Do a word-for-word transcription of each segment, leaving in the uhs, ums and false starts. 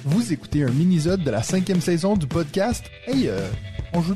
Vous écoutez un mini-sode de la cinquième saison du podcast « Hey, euh, on joue-tu? »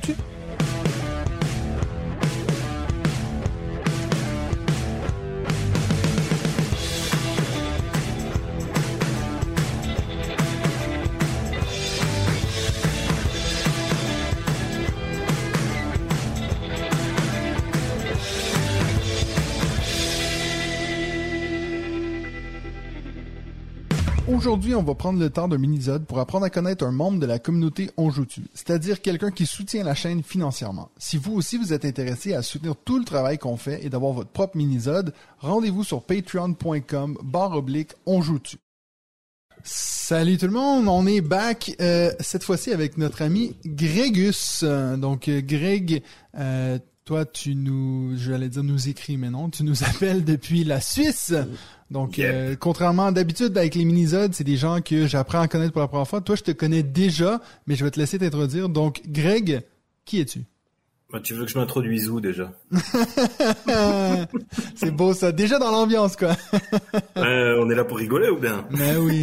Aujourd'hui, on va prendre le temps d'un mini-sode pour apprendre à connaître un membre de la communauté On Joue-tu, c'est-à-dire quelqu'un qui soutient la chaîne financièrement. Si vous aussi vous êtes intéressé à soutenir tout le travail qu'on fait et d'avoir votre propre mini-sode, rendez-vous sur patreon.com barre oblique On Joue-tu. Salut tout le monde, on est back euh, cette fois-ci avec notre ami Grégus. Euh, donc euh, Greg, euh, toi tu nous, j'allais dire nous écris, mais non, tu nous appelles depuis la Suisse. Donc, yep. euh, contrairement à d'habitude avec les mini-sodes, c'est des gens que j'apprends à connaître pour la première fois. Toi, je te connais déjà, mais je vais te laisser t'introduire. Donc, Greg, qui es-tu? Bah, tu veux que je m'introduise où, déjà? C'est beau, ça. Déjà dans l'ambiance, quoi. euh, on est là pour rigoler, ou bien? Ben oui.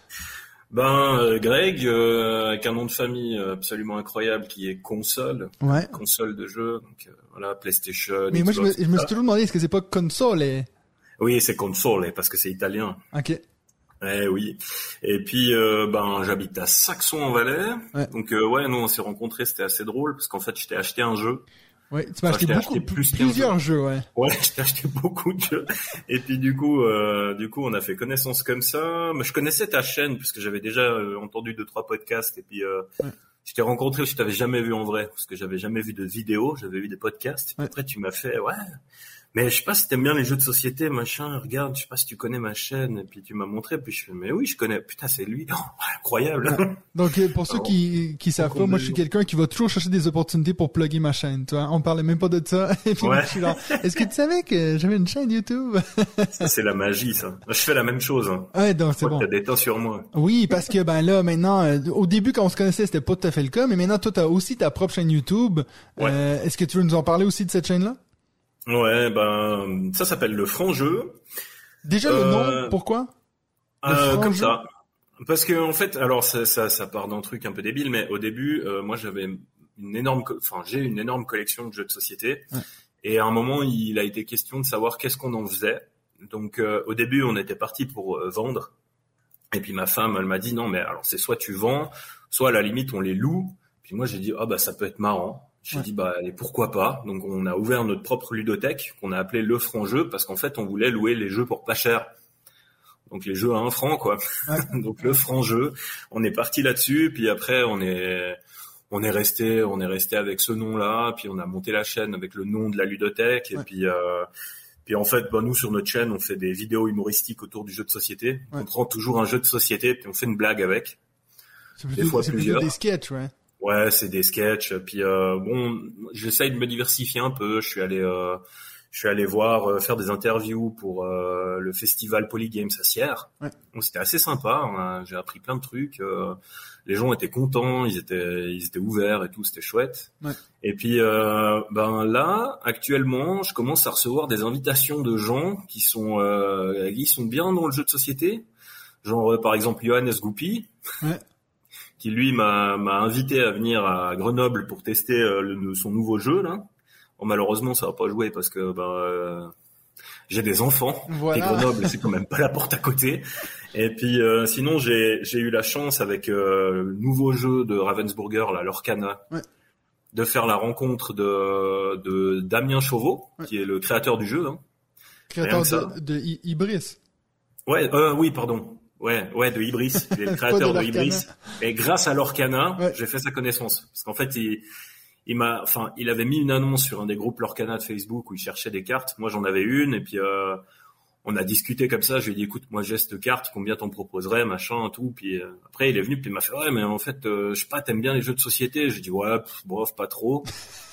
Ben, euh, Greg, euh, avec un nom de famille absolument incroyable qui est console. Ouais. Console de jeu. Donc, euh, voilà, PlayStation. Mais Xbox, moi, je me, je me suis toujours demandé, est-ce que c'est pas console? Oui, c'est console, parce que c'est italien. Ok. Eh oui. Et puis, euh, ben, j'habite à Saxon-en-Valais. Ouais. Donc, euh, ouais, nous, on s'est rencontrés, c'était assez drôle, parce qu'en fait, je t'ai acheté un jeu. Ouais, tu m'as enfin, acheté beaucoup, acheté plus plusieurs jeux. jeux, ouais. Ouais, je t'ai acheté beaucoup de jeux. Et puis, du coup, euh, du coup, on a fait connaissance comme ça. Mais je connaissais ta chaîne, puisque j'avais déjà euh, entendu deux, trois podcasts, et puis, euh, ouais. Je t'ai rencontré, je t'avais jamais vu en vrai, parce que j'avais jamais vu de vidéos, j'avais vu des podcasts. Et puis ouais. Après, tu m'as fait, ouais. Mais je sais pas si t'aimes bien les jeux de société, machin, regarde, je sais pas si tu connais ma chaîne, et puis tu m'as montré, puis je fais, mais oui, je connais, putain, c'est lui, oh, incroyable. Donc, pour ceux qui, qui savent pas, moi, je suis quelqu'un qui va toujours chercher des opportunités pour plugger ma chaîne, tu vois, on parlait même pas de ça, et puis ouais. je suis là, est-ce que tu savais que j'avais une chaîne YouTube? Ça, c'est la magie, ça. Je fais la même chose, hein. Ouais, donc c'est bon. T'as des temps sur moi. Oui, parce que, ben là, maintenant, euh, au début, quand on se connaissait, c'était pas tout à fait le cas, mais maintenant, toi, t'as aussi ta propre chaîne YouTube. Ouais. Euh, est-ce que tu veux nous en parler aussi de cette chaîne-là? Ouais, ben ça s'appelle le franc-jeu. Déjà le euh, nom, pourquoi? euh, Comme ça. Parce que en fait, alors ça, ça, ça part d'un truc un peu débile, mais au début, euh, moi j'avais une énorme, enfin j'ai une énorme collection de jeux de société, ouais. Et à un moment il a été question de savoir qu'est-ce qu'on en faisait. Donc euh, au début on était parti pour euh, vendre, et puis ma femme elle m'a dit non mais alors c'est soit tu vends, soit à la limite on les loue. Puis moi j'ai dit ah oh, bah ça peut être marrant. J'ai ouais. dit bah allez pourquoi pas. Donc on a ouvert notre propre ludothèque qu'on a appelé le franc jeu parce qu'en fait on voulait louer les jeux pour pas cher. Donc les jeux à un franc quoi. Ouais. Donc le franc jeu, on est parti là-dessus. Puis après on est on est resté on est resté avec ce nom-là. Puis on a monté la chaîne avec le nom de la ludothèque. Et ouais. puis euh, puis en fait bah nous sur notre chaîne on fait des vidéos humoristiques autour du jeu de société. Ouais. On prend toujours un jeu de société puis on fait une blague avec. C'est plutôt, des fois c'est plusieurs. Plutôt des sketchs ouais. Ouais, c'est des sketchs. Puis euh, bon, j'essaye de me diversifier un peu. Je suis allé, euh, je suis allé voir euh, faire des interviews pour euh, le festival Polygames à Sierre. Ouais. Donc c'était assez sympa. Hein. J'ai appris plein de trucs. Euh, les gens étaient contents, ils étaient, ils étaient ouverts et tout. C'était chouette. Ouais. Et puis euh, ben là, actuellement, je commence à recevoir des invitations de gens qui sont, euh, qui sont bien dans le jeu de société. Genre euh, par exemple Johannes Goupy. Ouais. Qui lui m'a, m'a invité à venir à Grenoble pour tester euh, le, son nouveau jeu là. Bon, malheureusement ça va pas jouer parce que ben euh, j'ai des enfants. Voilà. Et Grenoble c'est quand même pas la porte à côté. Et puis euh, sinon j'ai j'ai eu la chance avec euh, le nouveau jeu de Ravensburger là, l'Orcana, ouais. de faire la rencontre de de Damien Chauveau, ouais. qui est le créateur du jeu. Hein. Créateur de, de Ibris. Ouais, euh, oui pardon. Ouais, ouais, de Ibris. Il est le créateur de, de Ibris. Et grâce à l'Orcana, ouais. j'ai fait sa connaissance. Parce qu'en fait, il, il m'a, enfin, il avait mis une annonce sur un des groupes l'Orcana de Facebook où il cherchait des cartes. Moi, j'en avais une. Et puis, euh, on a discuté comme ça. Je lui ai dit, écoute, moi, j'ai cette carte. Combien t'en proposerais, machin, tout. Puis, euh, après, il est venu, puis il m'a fait, ouais, mais en fait, euh, je sais pas, t'aimes bien les jeux de société? J'ai dit, ouais, pff, bof, pas trop.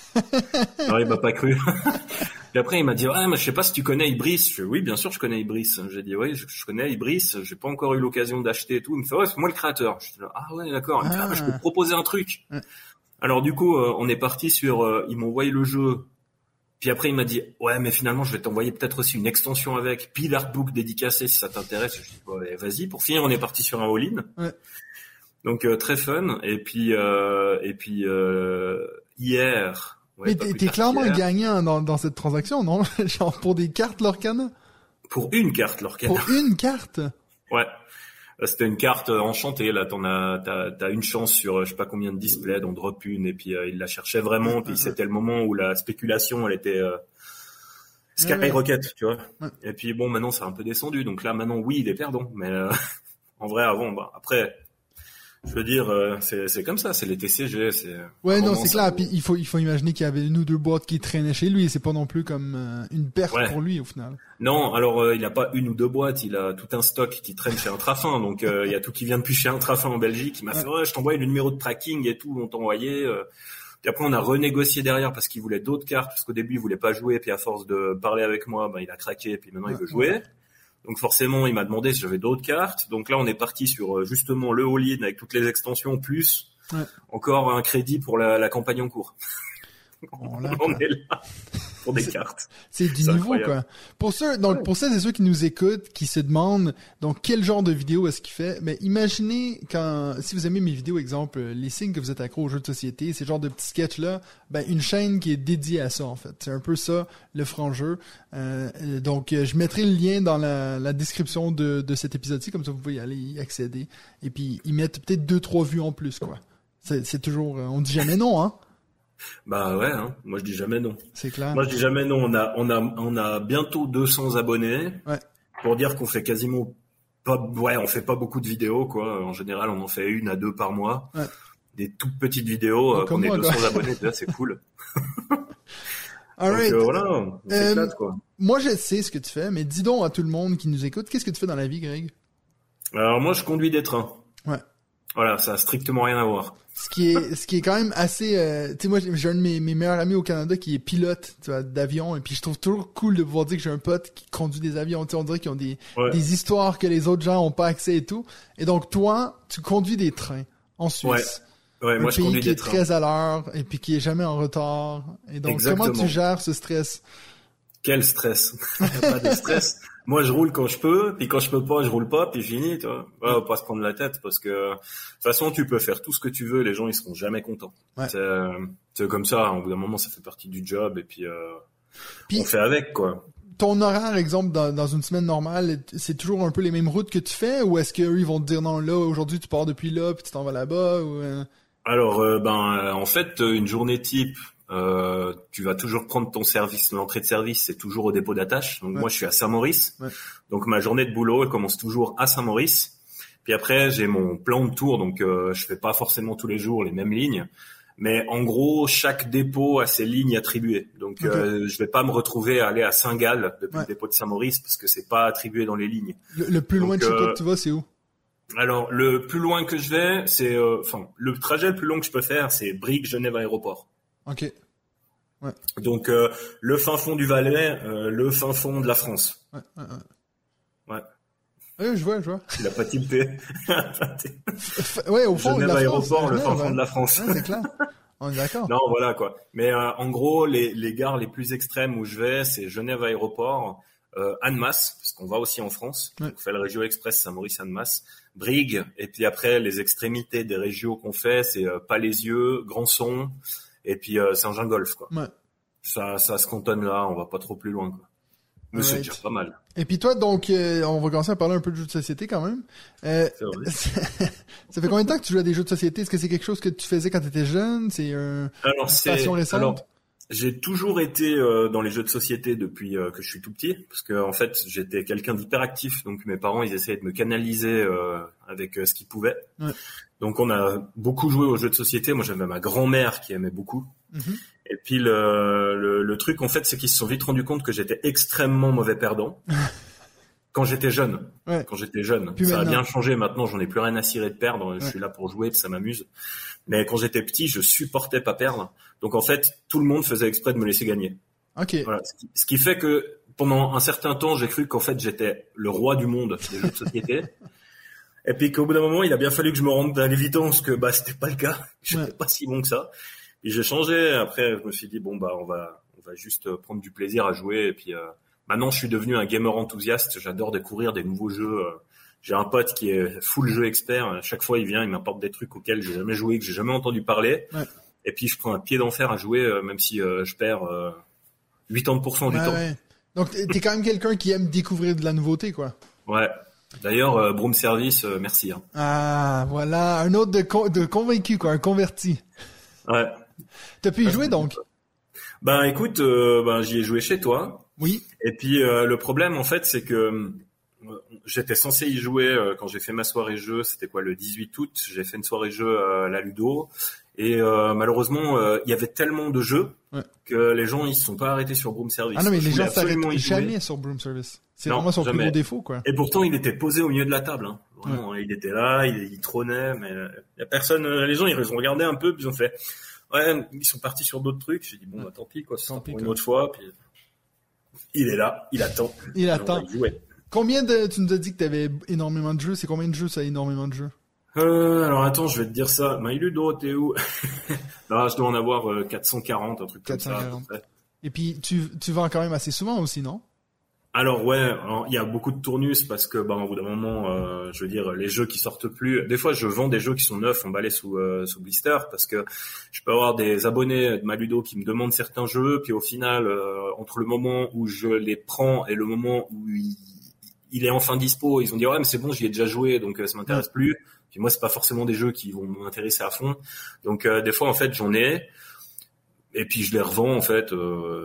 Alors, il m'a pas cru. Puis après, il m'a dit, ah, mais je sais pas si tu connais Ibris. Je dis, oui, bien sûr, je connais Ibris. J'ai dit, oui, je, je connais Ibris. J'ai pas encore eu l'occasion d'acheter et tout. Il me fait, ouais, c'est moi le créateur. Je dis, ah ouais, d'accord. Il me fait, ah, bah, je peux te proposer un truc. Ouais. Alors, du coup, euh, on est parti sur, euh, ils m'ont envoyé le jeu. Puis après, il m'a dit, ouais, mais finalement, je vais t'envoyer peut-être aussi une extension avec, puis l'artbook dédicacé si ça t'intéresse. Je dis, ouais, vas-y. Pour finir, on est parti sur un all-in. Ouais. Donc euh, très fun. Et puis euh, et puis euh, hier. Ouais, Mais t'es, t'es clairement hier. gagnant dans dans cette transaction, non? Genre pour des cartes Lorcana. Pour une carte Lorcana. Pour une carte. Ouais. C'était une carte enchantée, là, t'en as, t'as, t'as une chance sur, je sais pas combien de displays, d'en drop une, et puis, euh, il la cherchait vraiment, puis c'était le moment où la spéculation, elle était, euh, skyrocket, ouais, ouais. tu vois. Ouais. Et puis bon, maintenant, c'est un peu descendu, donc là, maintenant, oui, il est perdant, mais, euh, en vrai, avant, bah, après, je veux dire, euh, c'est, c'est comme ça, c'est les T C G, c'est... Ouais, non, c'est clair, puis il faut, il faut imaginer qu'il y avait une ou deux boîtes qui traînaient chez lui, et c'est pas non plus comme euh, une perte ouais. pour lui, au final. Non, alors, euh, il a pas une ou deux boîtes, il a tout un stock qui traîne chez Intrafin, donc euh, il y a tout qui vient depuis chez Intrafin en Belgique, il m'a ouais. fait, ouais, je t'envoie le numéro de tracking et tout, on t'envoyait, euh... puis après, on a renégocié derrière parce qu'il voulait d'autres cartes, parce qu'au début, il voulait pas jouer, puis à force de parler avec moi, ben, il a craqué, puis maintenant, ouais, il veut jouer. Ouais. Donc forcément, il m'a demandé si j'avais d'autres cartes. Donc là, on est parti sur justement le all-in avec toutes les extensions, plus ouais. encore un crédit pour la, la campagne en cours. Bon, là, on est là pour des c'est, cartes. C'est du c'est niveau, incroyable. Quoi. Pour ceux, donc ouais. pour celles et ceux qui nous écoutent, qui se demandent donc quel genre de vidéo est-ce qu'il fait, mais imaginez quand, si vous aimez mes vidéos, exemple, les signes que vous êtes accro aux jeux de société, ces genres de petits sketchs là, ben une chaîne qui est dédiée à ça en fait. C'est un peu ça le franc jeu. Euh, donc je mettrai le lien dans la, la description de, de cet épisode-ci, comme ça vous pouvez y aller y accéder. Et puis ils mettent peut-être deux trois vues en plus quoi. C'est, c'est toujours, on dit jamais non hein. Bah ouais, hein. Moi je dis jamais non. C'est clair. Moi je dis jamais non. On a, on a, on a bientôt deux cents abonnés. Ouais. Pour dire qu'on fait quasiment pas, ouais, on fait pas beaucoup de vidéos quoi. En général, on en fait une à deux par mois. Ouais. Des toutes petites vidéos. Euh, qu'on ait deux cents abonnés, déjà c'est cool. Alright. Donc euh, voilà, on s'éclate euh, quoi. Moi je sais ce que tu fais, mais dis donc à tout le monde qui nous écoute, qu'est-ce que tu fais dans la vie, Greg? Alors moi je conduis des trains. Ouais. Voilà, ça a strictement rien à voir. Ce qui est, ce qui est quand même assez, euh, tu sais, moi, j'ai un de mes, mes meilleurs amis au Canada qui est pilote, tu vois, d'avion, et puis je trouve toujours cool de pouvoir dire que j'ai un pote qui conduit des avions, tu sais, on dirait qu'ils ont des, ouais. des histoires que les autres gens ont pas accès et tout. Et donc, toi, tu conduis des trains en Suisse. Ouais. Ouais, un moi, pays je conduis qui des est trains. très à l'heure, et puis qui est jamais en retard. Et donc, Exactement. Comment tu gères ce stress? Quel stress? Il n'y a pas de stress. Moi, je roule quand je peux, puis quand je peux pas, je roule pas, puis fini, tu vois. Ouais, on va pas se prendre la tête, parce que, de toute façon, tu peux faire tout ce que tu veux, les gens, ils seront jamais contents. Ouais. C'est, c'est comme ça, au bout d'un moment, ça fait partie du job, et puis, euh, puis on fait avec, quoi. Ton horaire, exemple, dans, dans une semaine normale, c'est toujours un peu les mêmes routes que tu fais, ou est-ce qu'eux, ils vont te dire, non, là, aujourd'hui, tu pars depuis là, puis tu t'en vas là-bas, ou... Euh... Alors, euh, ben, euh, en fait, une journée type, Euh, tu vas toujours prendre ton service, l'entrée de service, c'est toujours au dépôt d'attache. Donc ouais. moi, je suis à Saint-Maurice. Ouais. Donc ma journée de boulot, elle commence toujours à Saint-Maurice. Puis après, j'ai mon plan de tour, donc euh, je fais pas forcément tous les jours les mêmes lignes, mais en gros, chaque dépôt a ses lignes attribuées. Donc okay. euh, je vais pas me retrouver à aller à Saint-Gall depuis ouais. le dépôt de Saint-Maurice parce que c'est pas attribué dans les lignes. Le, le plus loin donc, de chez toi euh, que tu vas, c'est où? Alors le plus loin que je vais, c'est, enfin, euh, le trajet le plus long que je peux faire, c'est Brigue, Genève, aéroport. Ok. Ouais. Donc euh, le fin fond du Valais, euh, le fin fond de la France. Ouais, ouais, ouais. Ouais. Oui, je vois, je vois. Il a pas tilté. Ouais, au fond Genève de la aéroport, France. le Genève, fin fond ouais. de la France. Ouais, c'est clair. On est d'accord. Non, voilà quoi. Mais euh, en gros, les, les gares les plus extrêmes où je vais, c'est Genève aéroport, euh, Annemasse, parce qu'on va aussi en France. Ouais. On fait le Régio Express Saint-Maurice-Annemasse, Brigue, et puis après les extrémités des régios qu'on fait, c'est euh, Palaisieux, Grandson. Et puis euh, Saint-Jean-Golf, quoi. Ouais. Ça, ça se cantonne là, on va pas trop plus loin, quoi. Mais right. C'est déjà pas mal. Et puis toi, donc, euh, on va commencer à parler un peu de jeux de société quand même. Euh, c'est vrai. Ça fait combien de temps que tu joues à des jeux de société? Est-ce que c'est quelque chose que tu faisais quand tu étais jeune? C'est un, alors, une c'est... passion récente? Alors, j'ai toujours été euh, dans les jeux de société depuis euh, que je suis tout petit, parce que en fait, j'étais quelqu'un d'hyperactif, donc mes parents, ils essayaient de me canaliser euh, avec euh, ce qu'ils pouvaient. Ouais. Donc, on a beaucoup joué aux jeux de société. Moi, j'avais ma grand-mère qui aimait beaucoup. Mm-hmm. Et puis le, le, le truc en fait, c'est qu'ils se sont vite rendus compte que j'étais extrêmement mauvais perdant quand j'étais jeune. Ouais. Quand j'étais jeune, puis ça maintenant. A bien changé. Maintenant, j'en ai plus rien à cirer de perdre. Je ouais. suis là pour jouer, ça m'amuse. Mais quand j'étais petit, je supportais pas perdre. Donc en fait, tout le monde faisait exprès de me laisser gagner. Ok. Voilà. Ce qui, ce qui fait que pendant un certain temps, j'ai cru qu'en fait j'étais le roi du monde des jeux de société. Et puis qu'au bout d'un moment, il a bien fallu que je me rende à l'évidence que bah c'était pas le cas. J'étais ouais. pas si bon que ça. Et j'ai changé. Après, je me suis dit bon bah on va on va juste prendre du plaisir à jouer. Et puis euh, maintenant, je suis devenu un gamer enthousiaste. J'adore découvrir des nouveaux jeux. J'ai un pote qui est full jeu expert. À chaque fois, il vient, il m'apporte des trucs auxquels j'ai jamais joué, que j'ai jamais entendu parler. Ouais. Et puis, je prends un pied d'enfer à jouer, euh, même si euh, je perds euh, quatre-vingts pour cent du ouais, temps. Ouais. Donc, t'es quand même quelqu'un qui aime découvrir de la nouveauté, quoi. Ouais. D'ailleurs, euh, Broom Service, euh, merci. Hein. Ah, voilà, un autre de, con- de convaincu, quoi, un converti. Ouais. T'as pu y jouer, donc? Ben, écoute, euh, ben, j'y ai joué chez toi. Oui. Et puis, euh, le problème, en fait, c'est que euh, j'étais censé y jouer euh, quand j'ai fait ma soirée jeu. C'était quoi, le dix-huit août? J'ai fait une soirée jeu à la Ludo. Et euh, malheureusement, il euh, y avait tellement de jeux ouais. que les gens ils se sont pas arrêtés sur Broom Service. Ah non, mais les gens s'arrêtent jamais sur Broom Service. C'est non, vraiment son jamais. plus gros défaut, quoi. Et pourtant, il était posé au milieu de la table. Hein. Vraiment, ouais. Il était là, il, il trônait, mais il y a personne. Les gens, ils ont regardé un peu, puis ils ont fait. Ouais, ils sont partis sur d'autres trucs. J'ai dit bon, ouais. bah tant pis, quoi. C'est pour une autre fois. Puis il est là, il attend. Il attend. Combien de Tu nous as dit que tu avais énormément de jeux. C'est combien de jeux ça a énormément de jeux? Euh, alors attends, je vais te dire ça. My Ludo, t'es où? Là, je dois en avoir euh, quatre cent quarante, un truc quatre cent quarante. comme ça. Et puis, tu, tu vends quand même assez souvent aussi, non? Alors ouais, il y a beaucoup de tournus parce que, bah, au bout d'un moment, euh, je veux dire, les jeux qui sortent plus. Des fois, je vends des jeux qui sont neufs, emballés sous euh, sous blister, parce que je peux avoir des abonnés de ma Ludo qui me demandent certains jeux, puis au final, euh, entre le moment où je les prends et le moment où il, il est enfin dispo, ils vont dire ouais, mais c'est bon, j'y ai déjà joué, donc euh, ça m'intéresse ouais. plus. Puis moi, c'est pas forcément des jeux qui vont m'intéresser à fond. Donc euh, des fois, en fait, j'en ai, et puis je les revends en fait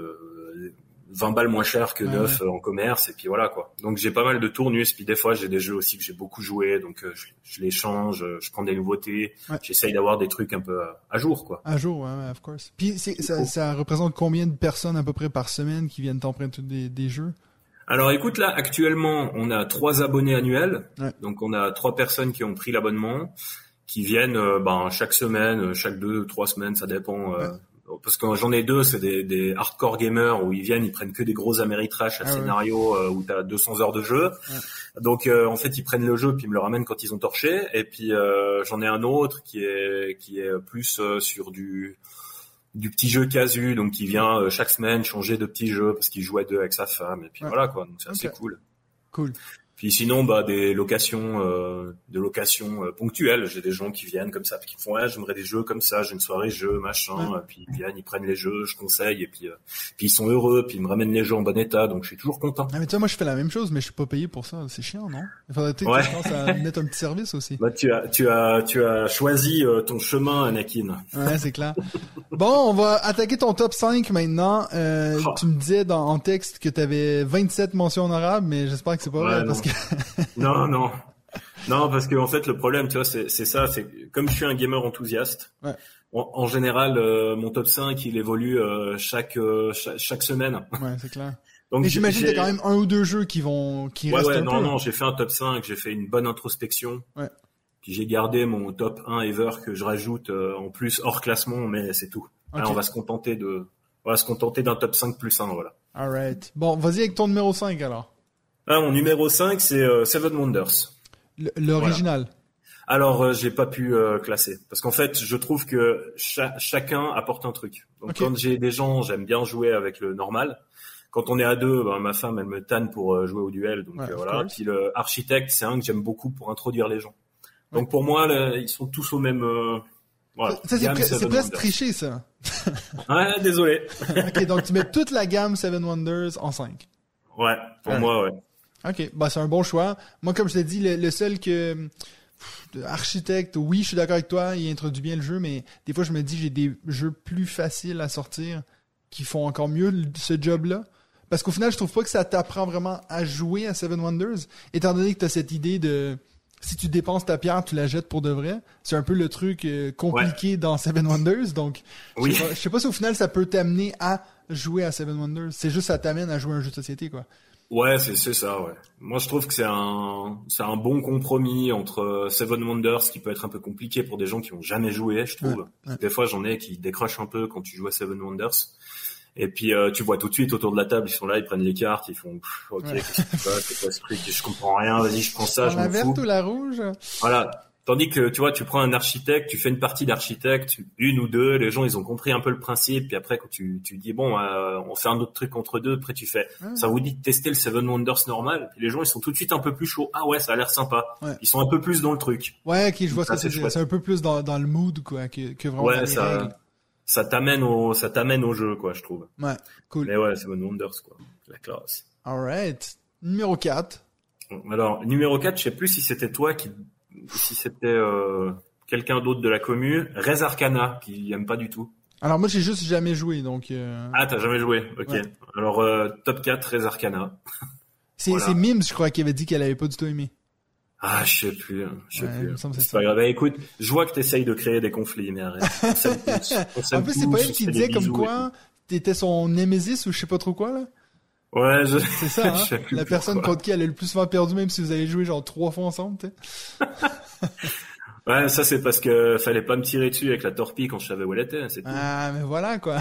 euh, vingt balles moins cher que neuf ouais, ouais. en commerce, et puis voilà quoi. Donc j'ai pas mal de tournus. Puis des fois, j'ai des jeux aussi que j'ai beaucoup joué, donc euh, je, je les change, je prends des nouveautés, ouais. j'essaye d'avoir des trucs un peu à, à jour quoi. À jour, ouais, ouais of course. Puis c'est, ça, ça représente combien de personnes à peu près par semaine qui viennent t'emprunter des, des jeux? Alors écoute, là actuellement on a trois abonnés annuels, ouais. donc on a trois personnes qui ont pris l'abonnement, qui viennent euh, ben chaque semaine, chaque deux trois semaines, ça dépend. Euh, ouais. Parce que j'en ai deux, c'est des, des hardcore gamers où ils viennent, ils prennent que des gros Ameritrash à ah, scénario ouais. euh, où t'as deux cents heures de jeu. Ouais. Donc euh, en fait ils prennent le jeu puis ils me le ramènent quand ils ont torché. Et puis euh, j'en ai un autre qui est qui est plus euh, sur du du petit jeu casu, donc qui vient euh, chaque semaine changer de petits jeux parce qu'il joue à deux avec sa femme et puis ouais. voilà quoi, donc c'est assez okay. cool. Cool. Puis sinon bah des locations euh, de locations euh, ponctuelles, j'ai des gens qui viennent comme ça puis qui me font ouais, j'aimerais des jeux comme ça, j'ai une soirée jeu machin, ouais. puis ils viennent, ils prennent les jeux, je conseille et puis euh, puis ils sont heureux, puis ils me ramènent les jeux en bon état, donc je suis toujours content. Ah mais tu vois, moi je fais la même chose mais je suis pas payé pour ça, c'est chiant non? Il faudrait peut-être ouais. que je pense à mettre un petit service aussi. Bah tu as tu as tu as choisi euh, ton chemin Anakin. Ouais, c'est clair. Bon, on va attaquer ton top cinq maintenant. Euh, oh. Tu me disais dans en texte que tu avais vingt-sept mentions honorables, mais j'espère que c'est pas ouais, vrai non. parce que Non, non. Non, parce que en fait, le problème, tu vois, c'est, c'est ça, c'est comme je suis un gamer enthousiaste, ouais. en, en général, euh, mon top cinq, il évolue euh, chaque, euh, chaque chaque semaine. Ouais, c'est clair. Donc, mais j'imagine que t'as quand même un ou deux jeux qui vont, qui ouais, restent ouais, un non, peu. non, non, j'ai fait un top cinq, j'ai fait une bonne introspection. Ouais. Puis j'ai gardé mon top un ever que je rajoute euh, en plus hors classement, mais c'est tout. Okay. Là, on va se contenter de, on va se contenter d'un top cinq plus un, voilà. Alright. Bon, vas-y avec ton numéro cinq alors. Ah, mon numéro cinq, c'est euh, Seven Wonders. L- l'original. Voilà. Alors, euh, j'ai pas pu euh, classer parce qu'en fait, je trouve que cha- chacun apporte un truc. Donc, okay. quand j'ai des gens, j'aime bien jouer avec le normal. Quand on est à deux, ben, ma femme, elle me tanne pour euh, jouer au duel. Donc ouais, euh, voilà. Puis le architecte, c'est un que j'aime beaucoup pour introduire les gens. Donc ouais. pour moi, là, ils sont tous au même. Euh, voilà. Ça, c'est, pre- c'est presque triché, ça. Ouais, désolé. Ok, donc tu mets toute la gamme Seven Wonders en cinq. Ouais, pour ouais. moi, ouais. Ok, bah c'est un bon choix. Moi, comme je t'ai dit, le, le seul que pff, architecte, oui, je suis d'accord avec toi, il introduit bien le jeu, mais des fois je me dis j'ai des jeux plus faciles à sortir qui font encore mieux ce job-là. Parce qu'au final, je trouve pas que ça t'apprend vraiment à jouer à Seven Wonders, étant donné que t'as cette idée de si tu dépenses ta pierre, tu la jettes pour de vrai. C'est un peu le truc euh, compliqué ouais. dans Seven Wonders, donc oui. je sais pas, je sais pas si au final ça peut t'amener à jouer à Seven Wonders. C'est juste ça t'amène à jouer à un jeu de société, quoi. Ouais, c'est c'est ça, ouais. Moi, je trouve que c'est un c'est un bon compromis entre Seven Wonders, qui peut être un peu compliqué pour des gens qui ont jamais joué, je trouve. Ouais, ouais. Des fois, j'en ai qui décrochent un peu quand tu joues à Seven Wonders. Et puis euh, tu vois tout de suite autour de la table, ils sont là, ils prennent les cartes, ils font ok, ouais. qu'est-ce que c'est quoi, c'est quoi ce truc, je comprends rien, vas-y, je prends ça, je m'en fous. La verte ou la rouge? Voilà. Tandis que, tu vois, tu prends un architecte, tu fais une partie d'architecte, une ou deux, les gens, ils ont compris un peu le principe, puis après, quand tu, tu dis, bon, euh, on fait un autre truc entre deux, après tu fais, mmh. ça vous dit de tester le Seven Wonders normal, puis les gens, ils sont tout de suite un peu plus chauds. Ah ouais, ça a l'air sympa. Ouais. Ils sont un peu plus dans le truc. Ouais, ok, je vois ce que c'est. C'est un peu plus dans, dans le mood, quoi, que, que vraiment ouais, dans les ça, règles. ça t'amène au, ça t'amène au jeu, quoi, je trouve. Ouais, cool. Mais ouais, Seven Wonders, quoi. La classe. Alright. Numéro quatre. Alors, numéro quatre, je sais plus si c'était toi qui, si c'était euh, quelqu'un d'autre de la commu, Res Arcana, qui aime pas du tout. Alors moi j'ai juste jamais joué, donc... Euh... Ah, t'as jamais joué, ok. Ouais. Alors, euh, top quatre, Res Arcana. C'est, voilà. c'est Mims, je crois, qui avait dit qu'elle avait pas du tout aimé. Ah, je sais plus, je sais ouais, plus. C'est, c'est pas grave. Bah, écoute, je vois que t'essayes de créer des conflits, mais arrête. On s'aime tous, on s'aime en plus, tous, c'est pas elle qui disait comme quoi t'étais son némésis ou je sais pas trop quoi, là? Ouais, je... C'est ça, hein? La personne contre qui elle a le plus souvent perdu, même si vous avez joué genre trois fois ensemble, tu sais. Ouais, ça c'est parce que fallait pas me tirer dessus avec la torpille quand je savais où elle était, c'est tout. Ah, mais voilà, quoi.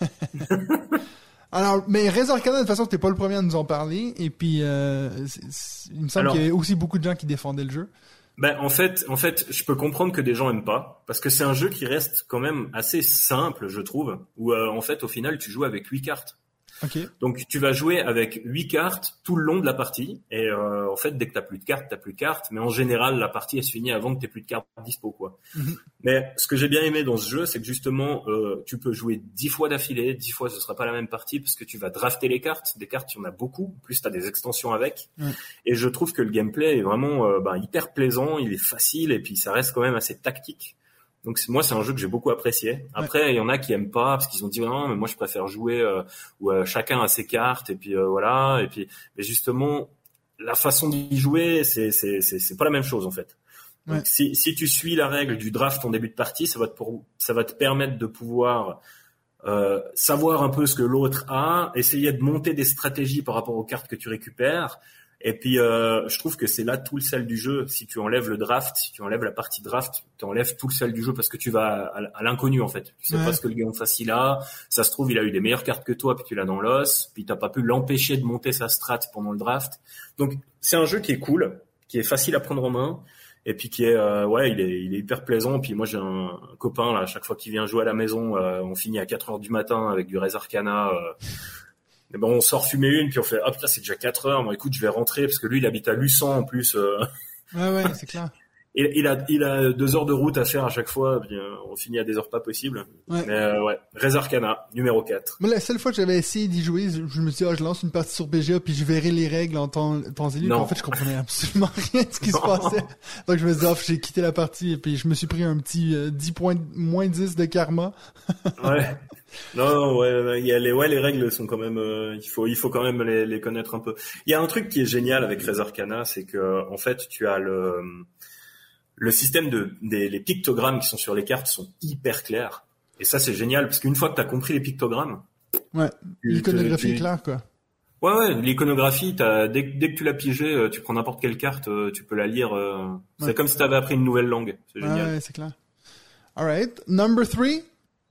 Alors, mais Res Arcana, de toute façon, t'es pas le premier à nous en parler, et puis, euh, c'est, c'est, il me semble Alors, qu'il y avait aussi beaucoup de gens qui défendaient le jeu. Ben, en fait, en fait, je peux comprendre que des gens aiment pas, parce que c'est un jeu qui reste quand même assez simple, je trouve, où, euh, en fait, au final, tu joues avec huit cartes. Okay. Donc tu vas jouer avec huit cartes tout le long de la partie et euh, en fait dès que t'as plus de cartes, t'as plus de cartes, mais en général la partie elle se finit avant que t'aies plus de cartes dispo quoi. Mm-hmm. Mais ce que j'ai bien aimé dans ce jeu, c'est que justement euh, tu peux jouer dix fois d'affilée, dix fois ce sera pas la même partie parce que tu vas drafter les cartes, des cartes il y en a beaucoup, plus t'as des extensions avec. Mm. Et je trouve que le gameplay est vraiment euh, ben, hyper plaisant, il est facile et puis ça reste quand même assez tactique. Donc c'est, moi c'est un jeu que j'ai beaucoup apprécié. Après il ouais. y en a qui aiment pas parce qu'ils ont dit non mais moi je préfère jouer euh, où euh, chacun a ses cartes et puis euh, voilà et puis mais justement la façon d'y jouer c'est c'est c'est c'est pas la même chose en fait. Donc ouais. si si tu suis la règle du draft en début de partie, ça va te pour, ça va te permettre de pouvoir euh, savoir un peu ce que l'autre a, essayer de monter des stratégies par rapport aux cartes que tu récupères. Et puis, euh, je trouve que c'est là tout le sel du jeu. Si tu enlèves le draft, si tu enlèves la partie draft, tu enlèves tout le sel du jeu parce que tu vas à, à l'inconnu, en fait. Tu sais ouais. pas ce que le gars en face il a. Ça se trouve, il a eu des meilleures cartes que toi, puis tu l'as dans l'os. Puis t'as pas pu l'empêcher de monter sa strat pendant le draft. Donc, c'est un jeu qui est cool, qui est facile à prendre en main. Et puis qui est, euh, ouais, il est, il est hyper plaisant. Puis moi, j'ai un, un copain, là, à chaque fois qu'il vient jouer à la maison, euh, on finit à quatre heures du matin avec du Res Arcana, euh, et ben on sort fumer une puis on fait ah putain c'est déjà quatre heures, bon écoute je vais rentrer parce que lui il habite à Luçon en plus euh... ouais ouais c'est clair. Et il a il a deux heures de route à faire à chaque fois, puis euh, on finit à des heures pas possibles. Ouais. Mais euh, ouais, Res Arcana numéro quatre. Moi la seule fois que j'avais essayé d'y jouer, je, je me suis dit ah, je lance une partie sur B G A puis je verrai les règles en temps temps élu. En fait je comprenais absolument rien de ce qui non. se passait. Donc je me suis dit oh, j'ai quitté la partie et puis je me suis pris un petit euh, dix points moins dix de karma. Ouais. Non, ouais, il y a les, ouais, les règles sont quand même, euh, il faut, il faut quand même les, les connaître un peu. Il y a un truc qui est génial avec Res Arcana, c'est que, en fait, tu as le, le système de, des, les pictogrammes qui sont sur les cartes sont hyper clairs. Et ça, c'est génial, parce qu'une fois que t'as compris les pictogrammes. Ouais, l'iconographie est claire, quoi. Ouais, ouais, l'iconographie, t'as, dès, dès que tu l'as pigé, tu prends n'importe quelle carte, tu peux la lire, euh, ouais. C'est comme si t'avais appris une nouvelle langue. C'est génial. Ouais, c'est clair. Alright. Number three?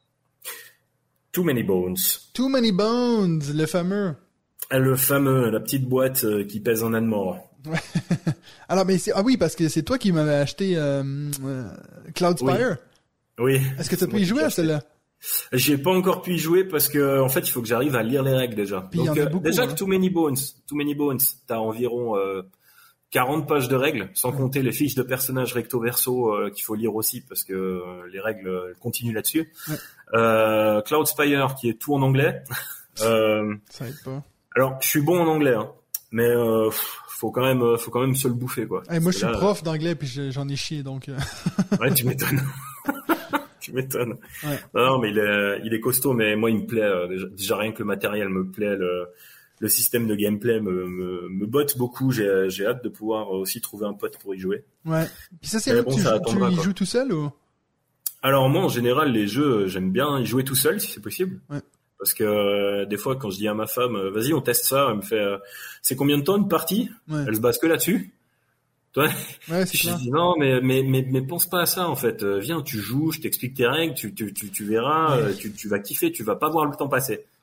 Too Many Bones. Too Many Bones, le fameux. Le fameux, la petite boîte euh, qui pèse un âne mort. Alors, mais c'est, ah oui, parce que c'est toi qui m'avais acheté euh, euh, Cloudspire. Oui. oui. Est-ce que tu as pu y jouer à celle-là? J'ai pas encore pu y jouer parce que en fait, il faut que j'arrive à lire les règles déjà. Puis Donc, y en a beaucoup, déjà hein. que Too Many Bones, Too Many Bones, t'as environ euh, quarante pages de règles, sans compter les fiches de personnages recto verso euh, qu'il faut lire aussi parce que euh, les règles euh, continuent là-dessus. Ouais. Euh, Cloudspire qui est tout en anglais. euh, Ça aide pas. Alors, je suis bon en anglais, hein, mais euh, faut quand même, faut quand même se le bouffer quoi. Hey, moi, je suis là, prof d'anglais puis j'en ai chié donc. Ouais, tu m'étonnes. Tu m'étonnes. Ouais. Non, mais il est, il est costaud, mais moi, il me plaît. Euh, déjà, déjà rien que le matériel me plaît, le, le système de gameplay me, me, me botte beaucoup. J'ai, j'ai hâte de pouvoir aussi trouver un pote pour y jouer. Ouais. Puis ça, c'est là bon, que tu, attendra, tu y joues tout seul ou? Alors moi, en général, les jeux, j'aime bien y jouer tout seul si c'est possible. Ouais. Parce que euh, des fois, quand je dis à ma femme, euh, vas-y, on teste ça, elle me fait, euh, c'est combien de temps une partie? Ouais. Elle se base que là-dessus. Toi, ouais, c'est je clair. dis non, mais mais mais mais pense pas à ça en fait. Euh, viens, tu joues, je t'explique tes règles, tu tu tu, tu verras, ouais. euh, tu tu vas kiffer, tu vas pas voir le temps passer.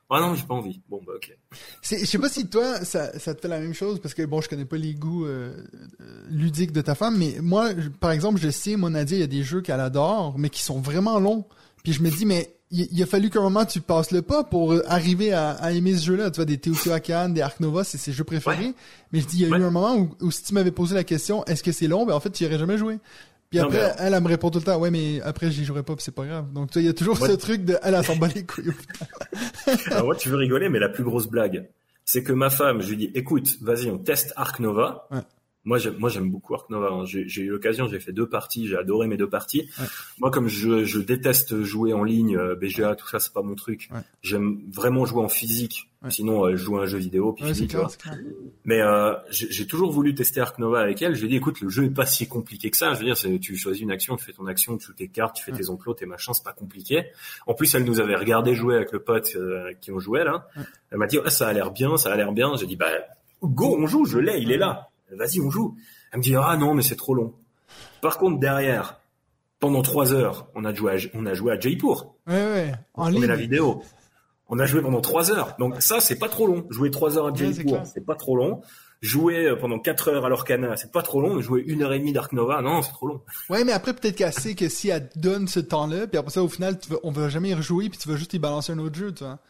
Ah non, j'ai pas envie. Bon, bah, ok. C'est, je sais pas si toi, ça, ça te fait la même chose, parce que bon, je connais pas les goûts euh, ludiques de ta femme, mais moi, je, par exemple, je sais, mon Nadia, il y a des jeux qu'elle adore, mais qui sont vraiment longs. Puis je me dis, mais il, il a fallu qu'à un moment tu passes le pas pour arriver à, à aimer ce jeu-là. Tu vois, des Teotihuacan, des Ark Nova, c'est ses jeux préférés. Ouais. Mais je dis, il y a ouais. eu un moment où, où si tu m'avais posé la question, est-ce que c'est long? Ben en fait, tu y aurais jamais joué. Puis après, non, elle, elle me répond tout le temps, ouais, mais après, j'y jouerai pas, puis c'est pas grave. Donc, tu vois, il y a toujours ouais. ce truc de, elle, elle s'en bat les couilles. Alors, ouais, tu veux rigoler, mais la plus grosse blague, c'est que ma femme, je lui dis, écoute, vas-y, on teste Ark Nova. Ouais. Moi, j'aime, moi, j'aime beaucoup Ark Nova. Hein. J'ai, j'ai eu l'occasion, j'ai fait deux parties, j'ai adoré mes deux parties. Ouais. Moi, comme je, je déteste jouer en ligne, B G A, tout ça, c'est pas mon truc. Ouais. J'aime vraiment jouer en physique. Ouais. Sinon, euh, je joue à un jeu vidéo, puis ouais, fini, clair, tu vois. Mais euh, j'ai, j'ai toujours voulu tester Ark Nova avec elle. Je lui ai dit, écoute, le jeu est pas si compliqué que ça. Je veux dire, c'est, tu choisis une action, tu fais ton action, tu joues tes cartes, tu fais ouais. tes enclos, tes machins, c'est pas compliqué. En plus, elle nous avait regardé jouer avec le pote euh, qui ont joué là. Ouais. Elle m'a dit, ah, ça a l'air bien, ça a l'air bien. J'ai dit, bah, go, on joue, je l'ai, il est là. Vas-y, on joue. Elle me dit, ah non, mais c'est trop long. Par contre, derrière, pendant trois heures, on a joué à, on a joué à Jaipur. Ouais, ouais. En on ligne. met la vidéo. On a joué pendant trois heures. Donc ça, c'est pas trop long. Jouer trois heures à Jaipur, ouais, c'est, c'est pas trop long. Jouer pendant quatre heures à l'Orcana, c'est pas trop long. Jouer une heure et demie d'Ark Nova, non, c'est trop long. Ouais, mais après, peut-être qu'elle sait que si elle donne ce temps-là, puis après ça, au final, tu vas, on va jamais y rejouer, puis tu vas juste y balancer un autre jeu, tu vois.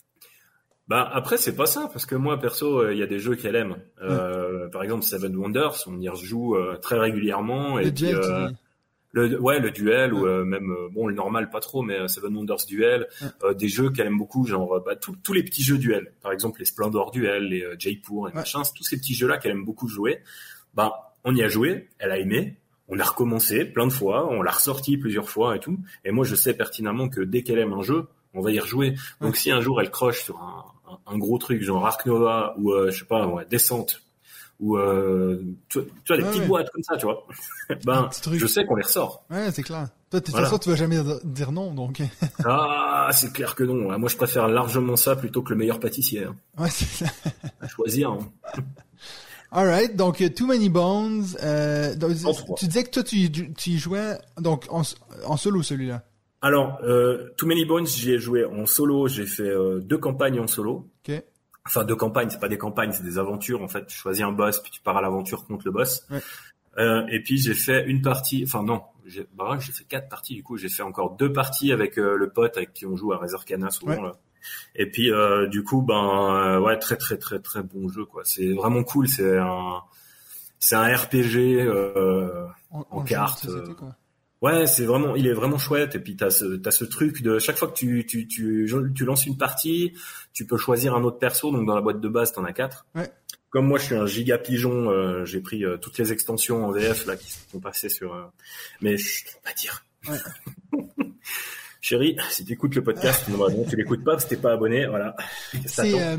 Bah après c'est pas ça parce que moi perso il y a des jeux qu'elle aime. Euh, mmh. Par exemple Seven Wonders, on y rejoue euh, très régulièrement et le puis duel, euh, le ouais le duel mmh. ou euh, même euh, bon le normal pas trop mais Seven Wonders duel, mmh. euh, des jeux qu'elle aime beaucoup genre bah tous tous les petits jeux duel. Par exemple les Splendor duel, les euh, Jaipur et mmh. machin, tous ces petits jeux là qu'elle aime beaucoup jouer. Bah on y a joué, elle a aimé. On a recommencé plein de fois, on l'a ressorti plusieurs fois et tout. Et moi je sais pertinemment que dès qu'elle aime un jeu, on va y rejouer. Donc mmh. si un jour elle croche sur un un gros truc genre Ark Nova ou euh, je sais pas ouais, Descente ou euh, tu, tu vois des ouais, petites ouais. boîtes comme ça tu vois ben je sais qu'on les ressort. Ouais c'est clair. Toi de toute voilà. façon tu vas jamais dire non donc. Ah c'est clair que non. Moi je préfère largement ça plutôt que le meilleur pâtissier. Hein. Ouais c'est ça. À choisir. Hein. Alright, donc Too Many Bones. Euh, donc, tu disais que toi tu tu jouais donc en, en solo celui-là. Alors, euh, Too Many Bones, j'y ai joué en solo. J'ai fait euh, deux campagnes en solo. Okay. Enfin, deux campagnes, c'est pas des campagnes, c'est des aventures. En fait, tu choisis un boss, puis tu pars à l'aventure contre le boss. Ouais. Euh, et puis j'ai fait une partie. Enfin non, j'ai, bah ouais, j'ai fait quatre parties. Du coup, j'ai fait encore deux parties avec euh, le pote avec qui on joue à Resurrecana souvent. Ouais. Là. Et puis euh, du coup, ben euh, ouais, très très très très bon jeu quoi. C'est vraiment cool. C'est un c'est un R P G euh, en, en, en cartes. Société, quoi. Ouais, c'est vraiment, il est vraiment chouette. Et puis t'as ce, t'as ce truc de chaque fois que tu, tu, tu, tu lances une partie, tu peux choisir un autre perso. Donc dans la boîte de base, t'en as quatre. Ouais. Comme moi, je suis un giga pigeon, euh, j'ai pris euh, toutes les extensions en V F là qui sont passées sur. Euh... Mais je peux pas dire. Ouais. Chérie, si tu écoutes le podcast, non, non, tu l'écoutes pas parce que t'es pas abonné, voilà. C'est euh,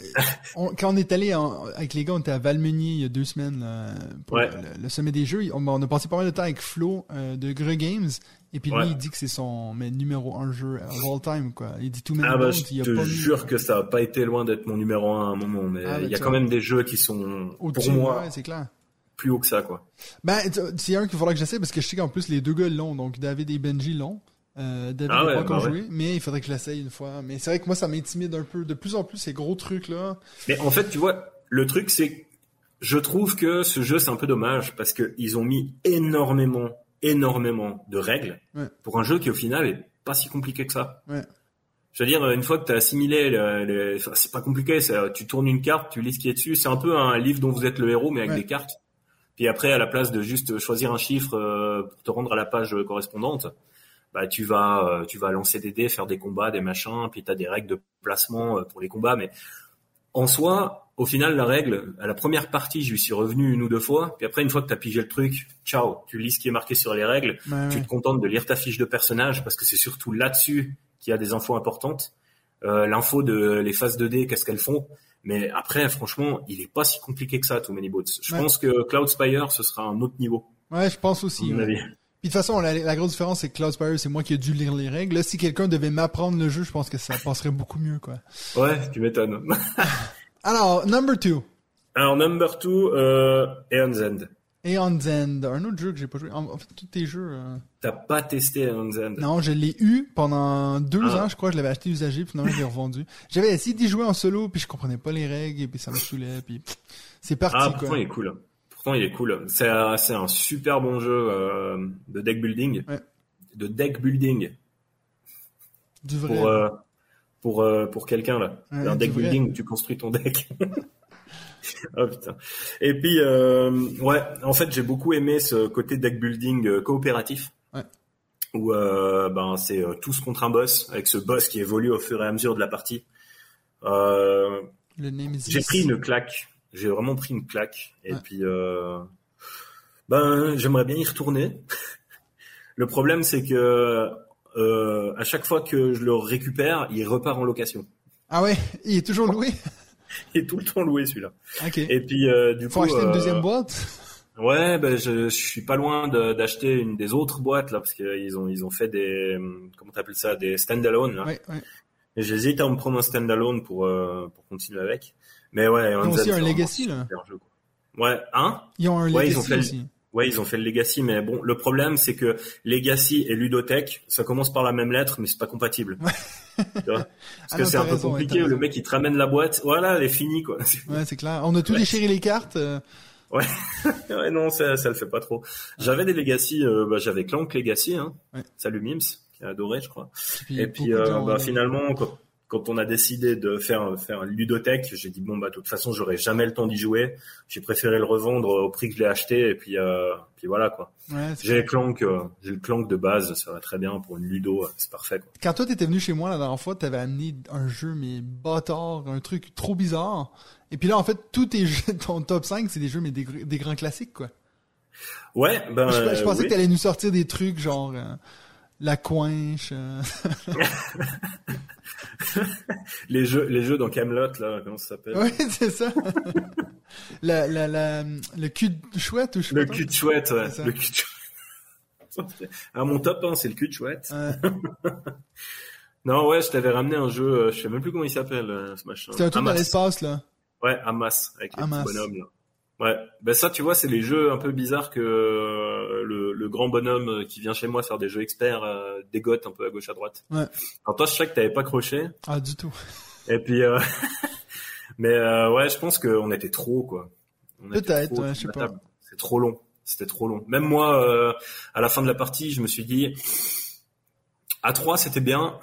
on, quand on est allé en, avec les gars, on était à Valmeunier il y a deux semaines là, pour ouais. le, le sommet des jeux. On, on a passé pas mal de temps avec Flo euh, de Greux Games, et puis lui ouais. il dit que c'est son mais numéro un jeu of all time quoi. Il dit tout même. Ah bah je il y a te pas jure mis... que ça a pas été loin d'être mon numéro un à un moment, mais ah, il y a quand même des jeux qui sont au-dessus, pour moi ouais, c'est clair. Plus haut que ça quoi. Ben c'est un qu'il faudra que j'essaie parce que je sais qu'en plus les deux gars l'ont, donc David et Benji l'ont. Euh, David n'a ah ouais, pas encore bah joué, ouais. mais il faudrait que je l'essaye une fois. Mais c'est vrai que moi, ça m'intimide un peu. De plus en plus, ces gros trucs-là. Mais en fait, tu vois, le truc, c'est je trouve que ce jeu, c'est un peu dommage parce que ils ont mis énormément, énormément de règles ouais. pour un jeu qui, au final, est pas si compliqué que ça. Ouais. Je veux dire, une fois que tu as assimilé, le, le, enfin, c'est pas compliqué. C'est, tu tournes une carte, tu lis ce qui est dessus. C'est un peu un livre dont vous êtes le héros, mais avec ouais. des cartes. Puis après, à la place de juste choisir un chiffre euh, pour te rendre à la page correspondante, bah tu vas euh, tu vas lancer des dés, faire des combats, des machins, puis tu as des règles de placement euh, pour les combats, mais en soi, au final la règle, à la première partie, je lui suis revenu une ou deux fois, puis après une fois que tu as pigé le truc, ciao, tu lis ce qui est marqué sur les règles, ouais, tu ouais. te contentes de lire ta fiche de personnage parce que c'est surtout là-dessus qu'il y a des infos importantes. Euh, l'info de les phases de dés, qu'est-ce qu'elles font, mais après franchement, il est pas si compliqué que ça Too Many Bones. Je ouais. pense que Cloudspire ce sera un autre niveau. Ouais, je pense aussi. Ouais. Puis de toute façon, la, la grosse différence, c'est que Cloudspire, c'est moi qui ai dû lire les règles. Là, si quelqu'un devait m'apprendre le jeu, je pense que ça passerait beaucoup mieux, quoi. Ouais, tu m'étonnes. Alors, number two. Alors, number two, euh, Aeon's End. Et Unzend, un autre jeu que j'ai pas joué. En fait, tous tes jeux... Euh... T'as pas testé Unzend? Non, je l'ai eu pendant deux ah. ans, je crois. Je l'avais acheté usagé, puis finalement, je l'ai revendu. J'avais essayé d'y jouer en solo, puis je comprenais pas les règles, et puis ça me saoulait, puis pff, c'est parti, ah, quoi. Pourtant, il est cool. Pourtant, il est cool. C'est, c'est un super bon jeu euh, de deck building. Ouais. De deck building. Du vrai. Pour, euh, pour, euh, pour quelqu'un, là. Ouais, un deck building vrai. où tu construis ton deck. Oh putain. Et puis euh, ouais, en fait j'ai beaucoup aimé ce côté deck building euh, coopératif, ouais. où euh, ben c'est euh, tous contre un boss, avec ce boss qui évolue au fur et à mesure de la partie. Euh, Le Nemesis. J'ai pris une claque, j'ai vraiment pris une claque. Et ouais. puis euh, ben j'aimerais bien y retourner. Le problème c'est que euh, à chaque fois que je le récupère, il repart en location. Ah ouais, il est toujours loué. Il est tout le temps loué celui-là. Okay. Et puis euh, du Faut coup, acheter une euh, deuxième boîte. Ouais, ben je, je suis pas loin de, d'acheter une des autres boîtes là, parce qu'ils ont ils ont fait des comment t'appelles ça, des standalone là. Ouais, ouais. Et j'hésite à me prendre un standalone pour euh, pour continuer avec. Mais ouais, ils ont aussi un Legacy là. Jeu, quoi. Ouais, hein. Ils ont un ouais, Legacy ils ont fait, aussi. Ouais, ils ont fait le Legacy, mais bon, le problème c'est que Legacy et Ludotech, ça commence par la même lettre, mais c'est pas compatible. Ouais. Tu vois, parce ah que non, c'est un peu raison, compliqué. Ouais, le mec il te ramène la boîte, voilà, elle est finie quoi. Ouais, c'est clair. On a tout ouais. déchiré les cartes. Euh... Ouais, ouais, non, ça, ça le fait pas trop. J'avais des Legacy, euh, bah, j'avais Clank Legacy, hein. Ouais. Salut Mims, qui a adoré, je crois. Et puis, Et puis euh, gens, bah, euh... finalement, quand, quand on a décidé de faire faire un Ludotech, j'ai dit bon bah de toute façon, j'aurais jamais le temps d'y jouer. J'ai préféré le revendre au prix que je l'ai acheté, et puis euh, puis voilà quoi. Ouais, j'ai le Clank, euh, j'ai le Clank de base, ça va très bien pour une Ludo, c'est parfait quoi. Quand toi t'étais venu chez moi la dernière fois, t'avais amené un jeu mais bâtard, un truc trop bizarre. Et puis là en fait tous tes jeux, ton top cinq c'est des jeux mais des, des grands classiques quoi. Ouais, ben je, je pensais oui. que t'allais nous sortir des trucs genre euh, la coinche. Euh... les jeux les jeux dans Camelot là, comment ça s'appelle? Ouais, c'est ça. la, la, la, le cul de chouette ou je sais Le pas cul de chouette, ouais. Le cul de chouette. Ah, mon top un, c'est le cul de chouette. Ouais. Non, ouais, je t'avais ramené un jeu, je sais même plus comment il s'appelle, ce machin. C'était un truc dans l'espace, là. Ouais, Hamas, avec les Hamas. petits bonhommes, là. Ouais. Ben ça, tu vois, c'est les jeux un peu bizarres que euh, le, le grand bonhomme qui vient chez moi faire des jeux experts euh, dégote un peu à gauche à droite. Ouais. Alors toi, je sais que t'avais pas croché. Ah, du tout. Et puis, euh... mais euh, ouais, je pense qu'on était trop, quoi. On Peut-être, trop, ouais, je sais pas. C'est trop long. C'était trop long. Même moi, euh, à la fin de la partie, je me suis dit, à trois, c'était bien.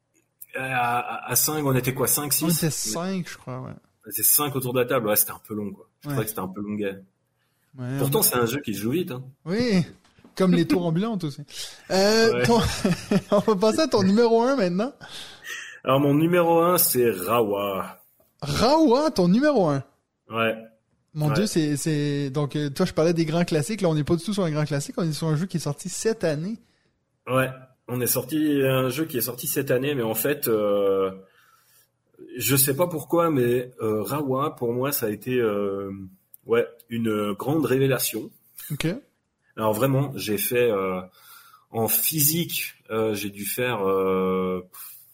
À, à cinq, on était quoi, cinq, six? On était cinq, je crois, ouais. C'est cinq autour de la table. Ouais, c'était un peu long, quoi. Je ouais. trouvais que c'était un peu longuet. Ouais, Pourtant, on... c'est un jeu qui se joue vite, hein. Oui. Comme les tours ambulantes aussi. Euh, ouais. ton... on va passer à ton numéro un maintenant. Alors, mon numéro un, c'est Rawa. Rawa, ton numéro un. Ouais. Mon ouais. Dieu, c'est, c'est, donc, euh, toi, je parlais des grands classiques. Là, on n'est pas du tout sur un grand classique. On est sur un jeu qui est sorti cette année. Ouais. On est sorti, un jeu qui est sorti cette année, mais en fait, euh, je sais pas pourquoi, mais, euh, Rawa, pour moi, ça a été, euh, ouais, une grande révélation. Ok. Alors vraiment, j'ai fait, euh, en physique, euh, j'ai dû faire, euh,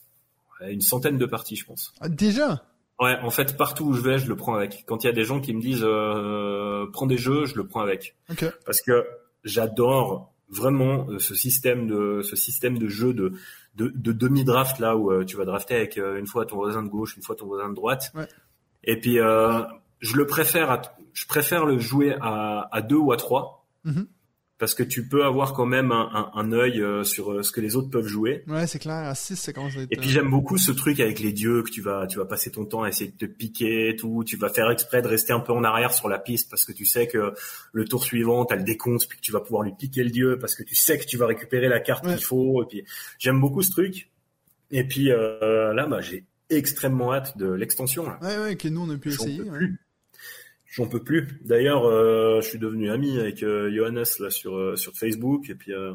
une centaine de parties, je pense. Ah, déjà? Ouais, en fait, partout où je vais, je le prends avec. Quand il y a des gens qui me disent euh, prends des jeux, je le prends avec. Okay. Parce que j'adore vraiment ce système de ce système de jeu de de, de demi-draft là où euh, tu vas drafter avec euh, une fois ton voisin de gauche, une fois ton voisin de droite. Ouais. Et puis euh, je le préfère, à, je préfère le jouer à, à deux ou à trois. Mm-hmm. Parce que tu peux avoir quand même un, un, un œil sur ce que les autres peuvent jouer. Ouais, c'est clair. À six, c'est commence à être... Et puis j'aime beaucoup ce truc avec les dieux que tu vas, tu vas passer ton temps à essayer de te piquer et tout. Tu vas faire exprès de rester un peu en arrière sur la piste parce que tu sais que le tour suivant, t'as le décompte puis que tu vas pouvoir lui piquer le dieu parce que tu sais que tu vas récupérer la carte ouais. qu'il faut. Et puis j'aime beaucoup ce truc. Et puis euh, là, bah j'ai extrêmement hâte de l'extension. Là. Ouais, ouais, que nous on a pu J'en essayer. Peux ouais. plus. J'en peux plus. D'ailleurs, euh, je suis devenu ami avec euh, Johannes là sur euh, sur Facebook et puis. Euh,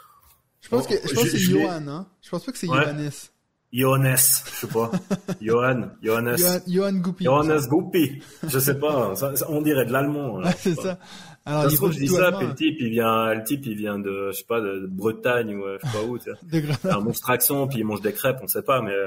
je pense que je pense que c'est Johan, hein. Je pense pas que c'est ouais. Johannes. Johannes, je sais pas. Johan, Johannes. Johan, Johan Goupy. Johannes Goupy. Je sais pas. Ça, ça, on dirait de l'allemand. Ouais, c'est ça. Alors, ça se trouve, je dis ça, puis le type, il vient, le type, il vient de, je sais pas, de Bretagne ou je sais pas où, tu sais. De Grenade. Un monstre accent, puis il mange des crêpes, on sait pas, mais.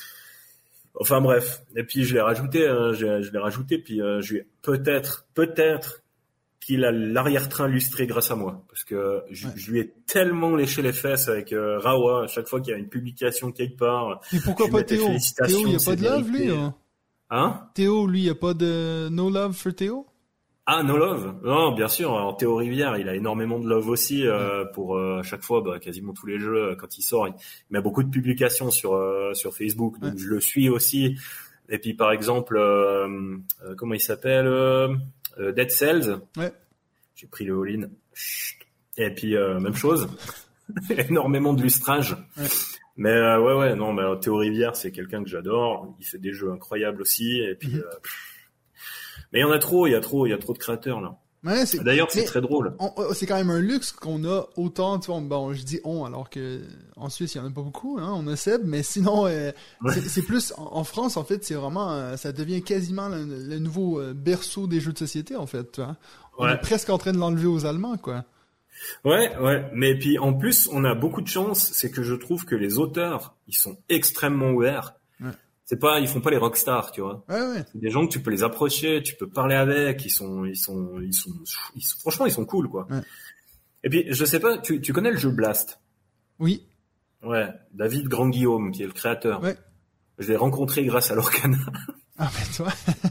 Enfin bref, et puis je l'ai rajouté, hein, je, je l'ai rajouté, puis euh, je lui ai peut-être, peut-être qu'il a l'arrière-train lustré grâce à moi, parce que je, ouais. je lui ai tellement léché les fesses avec euh, Rawa à chaque fois qu'il y a une publication quelque part. Mais pourquoi pas Théo? Théo, il y a pas de love lui hein? Hein Théo, lui, il y a pas de no love for Théo? Ah, no love. Non, bien sûr. Alors, Théo Rivière, il a énormément de love aussi euh, pour euh, à chaque fois, bah, quasiment tous les jeux euh, quand il sort. Il met beaucoup de publications sur euh, sur Facebook, donc ouais. je le suis aussi. Et puis par exemple, euh, euh, comment il s'appelle euh, Dead Cells. Ouais. J'ai pris le all-in. Et puis euh, même chose. Énormément de lustrage. Ouais. Mais euh, ouais, ouais, non, mais Théo Rivière, c'est quelqu'un que j'adore. Il fait des jeux incroyables aussi. Et puis. Mm-hmm. Euh, Mais il y en a trop, il y a trop, il y a trop de créateurs là. Ouais, c'est... D'ailleurs, c'est mais très drôle. On, c'est quand même un luxe qu'on a autant, tu vois, bon, je dis on, alors que en Suisse, il y en a pas beaucoup, hein, on a Seb, mais sinon, euh, ouais. c'est, c'est plus, en, en France, en fait, c'est vraiment, euh, ça devient quasiment le, le nouveau euh, berceau des jeux de société, en fait, tu vois. On ouais. est presque en train de l'enlever aux Allemands, quoi. Ouais, ouais, mais puis en plus, on a beaucoup de chance, c'est que je trouve que les auteurs, ils sont extrêmement ouverts. Ouais. C'est pas, ils font pas les rockstars, tu vois. Ouais, ouais. C'est des gens que tu peux les approcher, tu peux parler avec, ils sont, ils sont, ils sont, ils sont franchement, ils sont cool, quoi. Ouais. Et puis, je sais pas, tu, tu connais le jeu Blast? Oui. Ouais, David Grand-Guillaume, qui est le créateur. Ouais. Je l'ai rencontré grâce à l'Orcana. Ah, mais toi.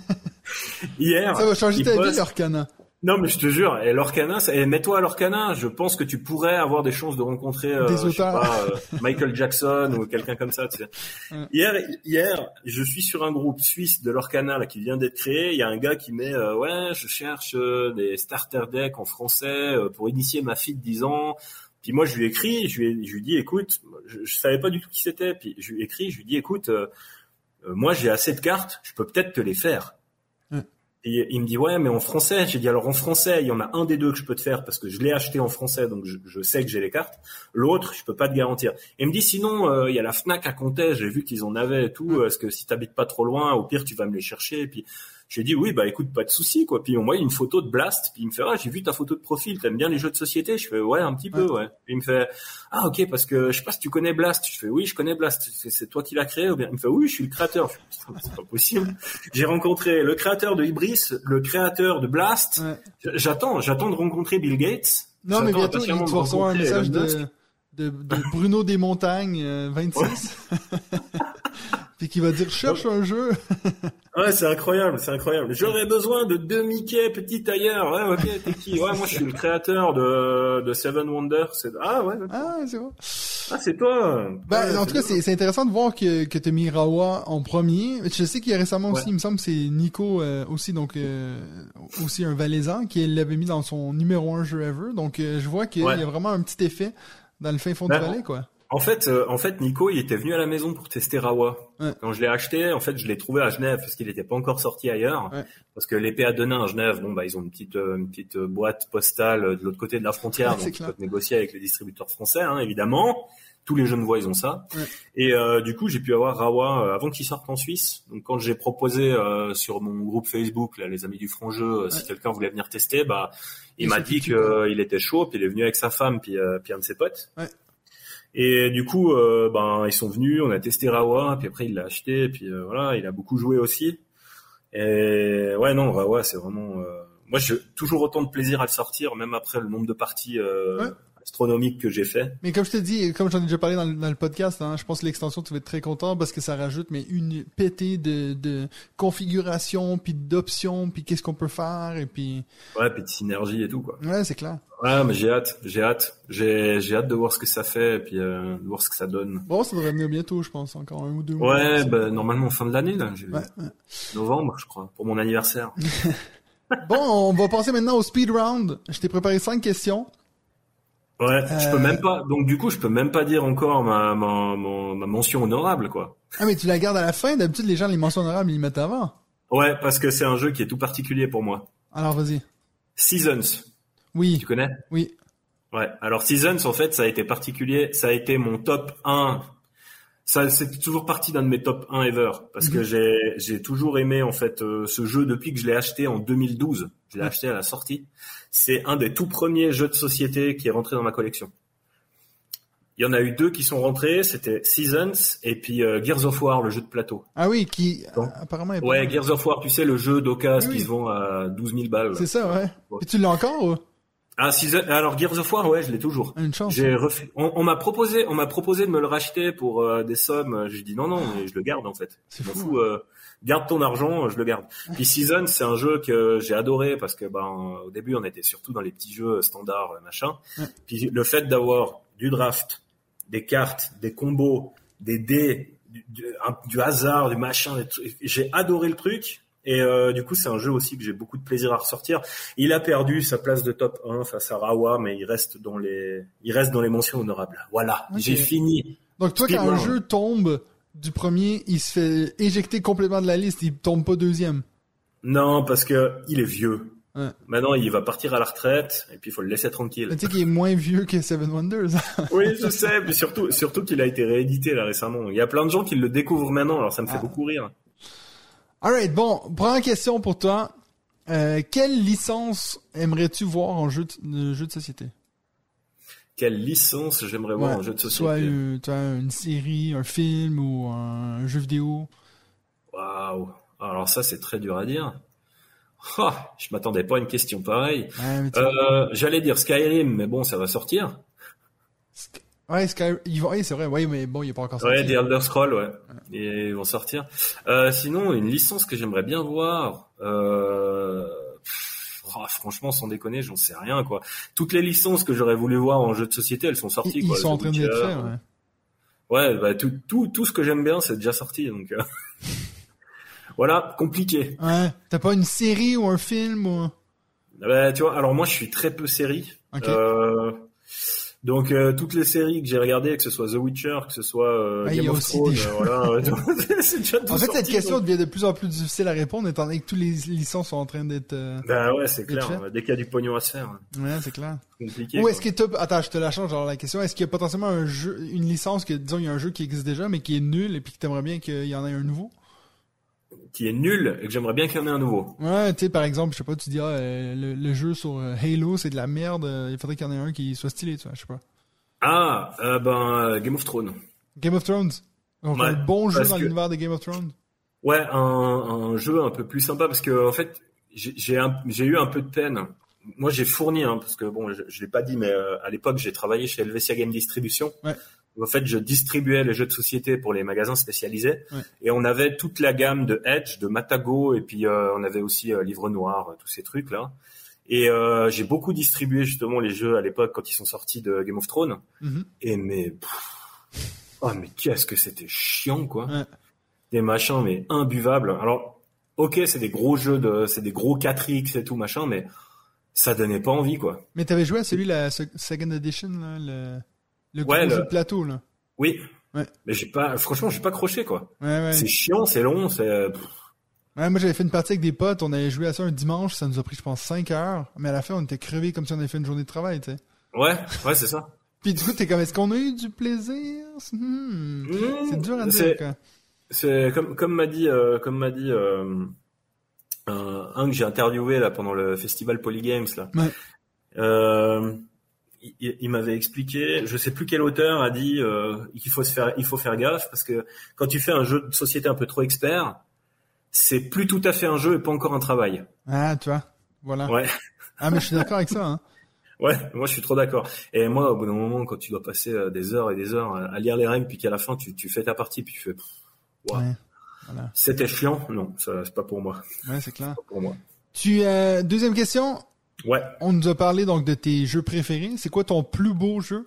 Hier. Ça va changer ta poste... vie, l'Orcana. Non, mais je te jure, et l'Orcana, ça... et mets-toi à l'Orcana, je pense que tu pourrais avoir des chances de rencontrer, euh, des je sais pas, euh, Michael Jackson ou quelqu'un comme ça, tu sais. Ouais. Hier, hier, je suis sur un groupe suisse de l'Orcana, là, qui vient d'être créé. Il y a un gars qui met, euh, ouais, je cherche euh, des starter decks en français euh, pour initier ma fille de dix ans. Puis moi, je lui écris, je lui, ai, je lui dis, écoute, je, je savais pas du tout qui c'était. Puis je lui écris, je lui dis, écoute, euh, euh, moi, j'ai assez de cartes, je peux peut-être te les faire. Et il me dit, ouais, mais en français. J'ai dit, alors en français, il y en a un des deux que je peux te faire parce que je l'ai acheté en français, donc je, je sais que j'ai les cartes. L'autre, je peux pas te garantir. Et il me dit, sinon, euh, il y a la Fnac à Comté, j'ai vu qu'ils en avaient et tout. Est-ce que si t'habites pas trop loin, au pire, tu vas me les chercher. Et puis, j'ai dit, oui, bah écoute, pas de souci, quoi. Puis on voit une photo de Blast, puis il me fait, ah, j'ai vu ta photo de profil, t'aimes bien les jeux de société? Je fais, ouais, un petit peu, ouais. Puis il me fait, ah, ok, parce que je sais pas si tu connais Blast. Je fais, oui, je connais Blast. C'est, c'est toi qui l'as créé ou bien? Il me fait, oui, je suis le créateur. Je fais, c'est pas possible. J'ai rencontré le créateur de Ibris, le créateur de Blast. Ouais. J'attends, j'attends de rencontrer Bill Gates. Non, j'attends mais bientôt, il va recevoir un message de, de, de Bruno des Montagnes, euh, vingt-six. Ouais. Puis qui va dire, cherche un jeu. Ouais, c'est incroyable, c'est incroyable. J'aurais besoin de deux Mickey petits tailleurs. Ouais, ok, t'es qui? Ouais, moi je suis le créateur de, de Seven Wonders. C'est... Ah ouais. Ah, c'est vrai. Ah, c'est toi. Ben, ouais, en tout cas, c'est, c'est intéressant de voir que, que t'as mis Rawa en premier. Je sais qu'il y a récemment aussi, ouais. il me semble que c'est Nico euh, aussi, donc euh, aussi un Valaisan, qui l'avait mis dans son numéro un jeu ever. Donc euh, je vois qu'il ouais. y a vraiment un petit effet dans le fin fond ben, du Valais, quoi. En fait, euh, en fait, Nico, il était venu à la maison pour tester Rawa. Ouais. Quand je l'ai acheté, en fait, je l'ai trouvé à Genève parce qu'il n'était pas encore sorti ailleurs. Ouais. Parce que l'épée à Denain à Genève, bon, bah, ils ont une petite, euh, une petite boîte postale de l'autre côté de la frontière, ouais, donc tu peux te négocier avec les distributeurs français, hein, évidemment. Tous les Genevois, ils ont ça. Ouais. Et euh, du coup, j'ai pu avoir Rawa euh, avant qu'il sorte en Suisse. Donc, quand j'ai proposé euh, sur mon groupe Facebook, là, les amis du franc jeu, euh, ouais. si quelqu'un voulait venir tester, bah, il Et m'a dit qu'il euh, était chaud, puis il est venu avec sa femme, puis, euh, puis un de ses potes. Ouais. Et du coup, euh, ben ils sont venus, on a testé Rawa, puis après il l'a acheté, puis euh, voilà, il a beaucoup joué aussi. Et ouais, non, Rawa, c'est vraiment. Euh... Moi, j'ai toujours autant de plaisir à le sortir, même après le nombre de parties euh, ouais. astronomiques que j'ai fait. Mais comme je te dis, comme j'en ai déjà parlé dans le, dans le podcast, hein, je pense que l'extension, tu vas être très content parce que ça rajoute mais une pétée de, de configuration, puis d'options, puis qu'est-ce qu'on peut faire, et puis. Ouais, puis de synergie et tout quoi. Ouais, c'est clair. Ouais, mais j'ai hâte, j'ai hâte, j'ai j'ai hâte de voir ce que ça fait, et puis euh, de voir ce que ça donne. Bon, ça devrait venir bientôt, je pense, encore un ou deux mois. Ouais, bah, normalement fin de l'année là, j'ai ouais, ouais. novembre, je crois, pour mon anniversaire. Bon, on va passer maintenant au speed round. Je t'ai préparé cinq questions. Ouais, euh... je peux même pas. Donc du coup, je peux même pas dire encore ma ma ma, ma mention honorable quoi. Ah mais tu la gardes à la fin. D'habitude, les gens les mentions honorables ils les mettent avant. Ouais, parce que c'est un jeu qui est tout particulier pour moi. Alors vas-y. Seasons. Oui. Tu connais? Oui. Ouais. Alors Seasons, en fait, ça a été particulier. Ça a été mon top un. Ça, c'est toujours partie d'un de mes top un ever. Parce mm-hmm. que j'ai, j'ai toujours aimé, en fait, euh, ce jeu depuis que je l'ai acheté en deux mille douze. Je l'ai mm-hmm. acheté à la sortie. C'est un des tout premiers jeux de société qui est rentré dans ma collection. Il Il y en a eu deux qui sont rentrés, c'était Seasons et puis euh, Gears of War, le jeu de plateau. Ah oui, qui donc, apparemment est pas ouais, mal. Gears of War, tu sais, le jeu d'occasion oui, qui oui. se vend à douze mille balles. C'est ça, ouais. ouais. Et tu l'as encore ou? Ah, Season... alors Gears of War, ouais, je l'ai toujours. Une chance. J'ai refait... on, on m'a proposé, on m'a proposé de me le racheter pour euh, des sommes. J'ai dit non, non, mais je le garde en fait. C'est je m'en fou. fous. Euh... Garde ton argent, je le garde. Puis Season, c'est un jeu que j'ai adoré parce que ben au début on était surtout dans les petits jeux standards machin. Ouais. Puis le fait d'avoir du draft, des cartes, des combos, des dés, du, du, du hasard, du machin, des trucs, j'ai adoré le truc. Et euh, du coup c'est un jeu aussi que j'ai beaucoup de plaisir à ressortir. Il a perdu sa place de top un face à Rawa, mais il reste dans les, il reste dans les mentions honorables. Voilà, okay. J'ai fini. Donc toi quand un jeu tombe du premier, il se fait éjecter complètement de la liste, il tombe pas deuxième. Non, parce que il est vieux. Ouais. Maintenant, il va partir à la retraite et puis il faut le laisser tranquille. Tu sais qu'il est moins vieux que Seven Wonders. Oui, je sais, mais surtout, surtout qu'il a été réédité là récemment. Il y a plein de gens qui le découvrent maintenant, alors ça me fait ah. beaucoup rire. Alright, bon, première question pour toi. Euh, quelle licence aimerais-tu voir en jeu de, jeu de société? Quelle licence j'aimerais voir ouais, en jeu de société? Soit une, une série, un film ou un jeu vidéo. Waouh! Alors ça, c'est très dur à dire. Oh, je m'attendais pas à une question pareille. Ouais, euh, j'allais dire Skyrim, mais bon, ça va sortir. Sky... Ouais, Skyrim, ils vont... oui, c'est vrai. Ouais, mais bon, il est pas encore sorti. Ouais, The Elder Scrolls, ouais. ouais. Et ils vont sortir. Euh, sinon, une licence que j'aimerais bien voir. Euh... Oh, franchement, sans déconner, j'en sais rien, quoi. Toutes les licences que j'aurais voulu voir en jeu de société, elles sont sorties, ils, quoi. Ils sont en train d'être faits, ouais. Ouais, bah, tout, tout, tout ce que j'aime bien, c'est déjà sorti, donc, euh... voilà, compliqué. Ouais. T'as pas une série ou un film ou... Bah, tu vois, alors moi, je suis très peu série. Okay. Euh... Donc euh, toutes les séries que j'ai regardées, que ce soit The Witcher, que ce soit euh, ah, Game of Thrones, euh, voilà, c'est déjà tout en fait, sorti, cette question donc. devient de plus en plus difficile à répondre, étant donné que tous les licences sont en train d'être. Euh, ben ouais, c'est clair. Fait. Dès qu'il y a du pognon à se faire. Ouais, c'est clair. C'est compliqué. Ou est-ce qu'il y a... Attends, je te la change. Genre la question, est-ce qu'il y a potentiellement un jeu, une licence que disons il y a un jeu qui existe déjà, mais qui est nul et puis que t'aimerais bien qu'il y en ait un nouveau? Qui est nul et que j'aimerais bien qu'il y en ait un nouveau. Ouais, tu sais, par exemple, je sais pas, tu dis ah, euh, le, le jeu sur Halo, c'est de la merde. Euh, il faudrait qu'il y en ait un qui soit stylé, tu vois, je sais pas. Ah, euh, ben Game of Thrones. Game of Thrones. Donc ouais, un bon jeu dans que... l'univers de Game of Thrones. Ouais, un, un jeu un peu plus sympa parce que en fait, j'ai j'ai, un, j'ai eu un peu de peine. Moi, j'ai fourni, hein, parce que bon, je, je l'ai pas dit, mais euh, à l'époque, j'ai travaillé chez Helvetia Game Distribution. Ouais. En fait, je distribuais les jeux de société pour les magasins spécialisés. Ouais. Et on avait toute la gamme de Edge, de Matago, et puis euh, on avait aussi euh, Livre Noir, tous ces trucs là. Et euh, j'ai beaucoup distribué justement les jeux à l'époque quand ils sont sortis de Game of Thrones. Mm-hmm. Et mais pff, oh mais qu'est-ce que c'était chiant, quoi. Ouais. Des machins mais imbuvables. Alors ok, c'est des gros jeux de, c'est des gros quatre X et tout machin, mais ça donnait pas envie, quoi. Mais t'avais joué à celui la Second Edition là, le le gros ouais, jeu le... de plateau là. Oui. Ouais. Mais j'ai pas, franchement, j'ai pas accroché, quoi. Ouais, ouais. C'est chiant, c'est long, c'est. Pff. Ouais, moi j'avais fait une partie avec des potes, on avait joué à ça un dimanche, ça nous a pris je pense cinq heures, mais à la fin on était crevés comme si on avait fait une journée de travail, tu sais. Ouais, ouais, c'est ça. Puis du coup t'es comme, est-ce qu'on a eu du plaisir? Hmm. Mmh, c'est dur à c'est, dire, quoi. C'est comme comme m'a dit euh, comme m'a dit euh, un, un que j'ai interviewé là pendant le festival Polygames là. Ouais. Euh, il, il m'avait expliqué, je sais plus quel auteur a dit euh, qu'il faut se faire il faut faire gaffe parce que quand tu fais un jeu de société un peu trop expert, c'est plus tout à fait un jeu et pas encore un travail. Ah, tu vois, voilà. Ouais. Ah, mais je suis d'accord avec ça, hein. Ouais, moi je suis trop d'accord. Et moi, au bout d'un moment, quand tu dois passer des heures et des heures à lire les règles, puis qu'à la fin tu, tu fais ta partie, puis tu fais, wow. Ouais, voilà. C'était chiant, non, ça, c'est pas pour moi. Ouais, c'est clair. C'est pas pour moi. Tu, euh, deuxième question. Ouais. On nous a parlé donc de tes jeux préférés. C'est quoi ton plus beau jeu?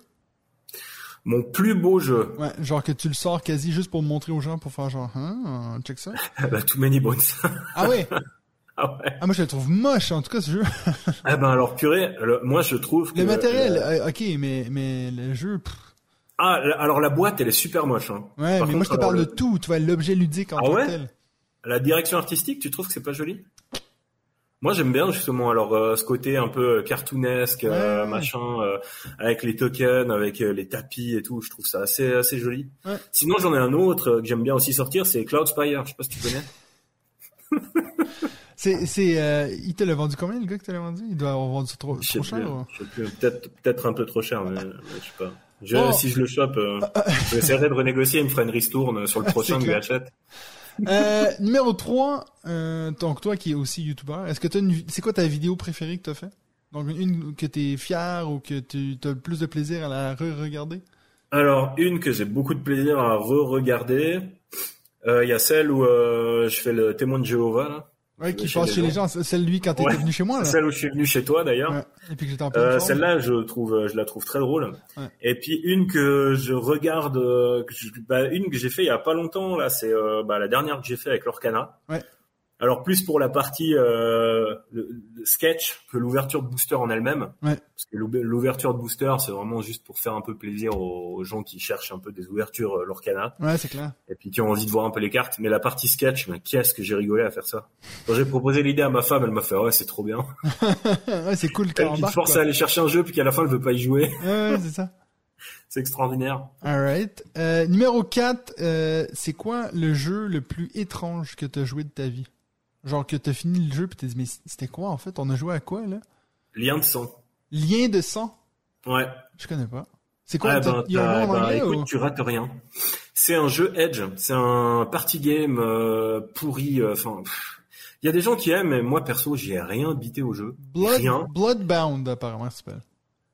Mon plus beau jeu. Ouais, genre que tu le sors quasi juste pour montrer aux gens pour faire genre, hein, check ça. Bah, Too Many Bones. Ah ouais. Ah ouais. Ah moi je le trouve moche en tout cas ce jeu. Ah ben alors purée, le, moi je trouve que le matériel, euh, ok, mais mais le jeu. Pff. Ah alors la boîte elle est super moche. Hein. Ouais, Par mais contre, moi je te parle le... de tout, tu vois l'objet ludique en ah tant ouais que tel. La direction artistique, tu trouves que c'est pas joli? Moi j'aime bien justement alors euh, ce côté un peu cartoonesque, ouais, euh, ouais. machin, euh, avec les tokens, avec euh, les tapis et tout. Je trouve ça assez assez joli. Ouais. Sinon j'en ai un autre euh, que j'aime bien aussi sortir, c'est Cloudspire. Je sais pas si tu connais. c'est c'est euh, il te l'a vendu combien le gars que te l'a vendu? Il doit avoir vendu trop, trop cher. Ou... Je sais plus. Peut-être peut-être un peu trop cher, mais, mais je sais pas. Je, oh. Si je le chope, euh, j'essaierai de renégocier, il me fera une ristourne sur le prochain que je lui achète. euh, numéro trois, euh, donc toi qui es aussi YouTuber, est-ce que t'as une, c'est quoi ta vidéo préférée que t'as fait? Donc une que t'es fier ou que tu as le plus de plaisir à la re-regarder? Alors, une que j'ai beaucoup de plaisir à re-regarder, il euh, y a celle où euh, je fais le témoin de Jéhovah, là. Ouais, qui passe chez les gens. Celle lui quand t'étais ouais, venu chez moi, là. Celle où je suis venu chez toi, d'ailleurs. Ouais. Et puis que j'étais en euh, Celle-là, je trouve, je la trouve très drôle. Ouais. Et puis une que je regarde, que je, bah, une que j'ai fait il y a pas longtemps, là, c'est euh, bah, la dernière que j'ai fait avec l'Orcana. Ouais. Alors plus pour la partie euh, le, le sketch que l'ouverture de booster en elle-même. Ouais. Parce que l'ouverture de booster, c'est vraiment juste pour faire un peu plaisir aux gens qui cherchent un peu des ouvertures euh, l'Orcana. Ouais, c'est clair. Et puis qui ont envie de voir un peu les cartes. Mais la partie sketch, mais qu'est-ce que j'ai rigolé à faire ça. Quand j'ai proposé l'idée à ma femme, elle m'a fait ouais, c'est trop bien. Ouais, c'est cool quand elle te force à aller chercher un jeu puis qu'à la fin elle veut pas y jouer. Ouais, c'est ça. C'est extraordinaire. Alright. Euh, numéro quatre, euh, c'est quoi le jeu le plus étrange que t'as joué de ta vie? Genre que t'as fini le jeu pis t'as dit, mais c'était quoi en fait? On a joué à quoi là? Lien de sang. Lien de sang? Ouais. Je connais pas. C'est quoi? Ah, ben, il y a un nom en bah, anglais écoute, ou... tu rates rien. C'est un jeu Edge. C'est un party game euh, pourri. Enfin, euh, il y a des gens qui aiment, mais moi perso, j'ai rien bité au jeu. Blood, rien. Bloodbound apparemment, ça s'appelle.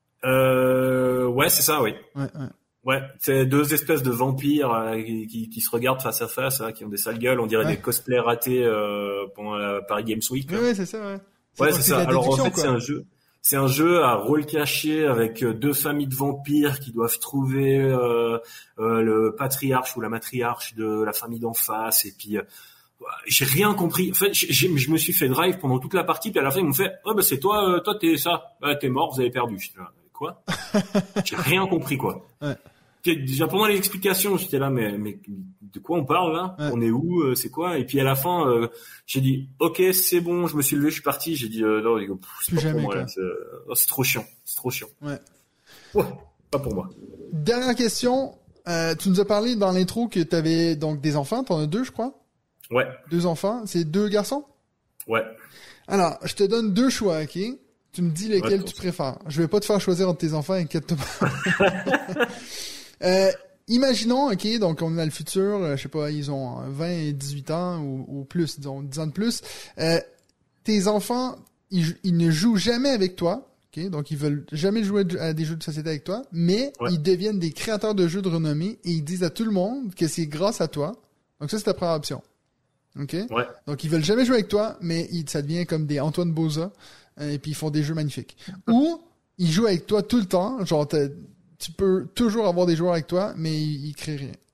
Euh, ouais, c'est ça, oui. Ouais, ouais. Ouais, c'est deux espèces de vampires euh, qui, qui, qui se regardent face à face, hein, qui ont des sales gueules. On dirait ouais. des cosplays ratés euh, pendant la Paris Games Week. Ouais, ouais, c'est ça, ouais. C'est ouais, c'est ça. Alors en fait, quoi. c'est un jeu. C'est un jeu à rôle caché avec deux familles de vampires qui doivent trouver euh, euh, le patriarche ou la matriarche de la famille d'en face. Et puis, euh, j'ai rien compris. En fait, j'ai, je me suis fait drive pendant toute la partie. Puis à la fin, ils m'ont fait « Oh, bah c'est toi, euh, toi t'es ça. Bah, t'es mort, vous avez perdu. » J'étais là, quoi? J'ai rien compris, quoi. Ouais. Déjà pendant les explications, j'étais là, mais, mais de quoi on parle là? Ouais. On est où? euh, C'est quoi? Et puis à la fin, euh, j'ai dit ok, c'est bon. Je me suis levé, je suis parti. J'ai dit euh, non, pff, c'est pas jamais, pour moi. Là, c'est, oh, c'est trop chiant, c'est trop chiant. Ouais. Ouais, pas pour moi. Dernière question. Euh, tu nous as parlé dans l'intro que tu avais donc des enfants. T'en as deux, je crois. Ouais. Deux enfants. C'est deux garçons. Ouais. Alors, je te donne deux choix, ok? Tu me dis lesquels ouais, tu préfères. Je vais pas te faire choisir entre tes enfants, inquiète-toi pas. euh, imaginons, ok, donc on est dans le futur, euh, je sais pas, ils ont vingt et dix-huit ans ou, ou plus, disons dix ans de plus. Euh, tes enfants, ils, ils ne jouent jamais avec toi, ok, donc ils veulent jamais jouer à des jeux de société avec toi, mais ouais. ils deviennent des créateurs de jeux de renommée et ils disent à tout le monde que c'est grâce à toi. Donc ça, c'est ta première option. Ok? Ouais. Donc ils veulent jamais jouer avec toi, mais ils, ça devient comme des Antoine Boza. Et puis ils font des jeux magnifiques. Ou ils jouent avec toi tout le temps, genre tu peux toujours avoir des joueurs avec toi, mais ils, ils créent rien.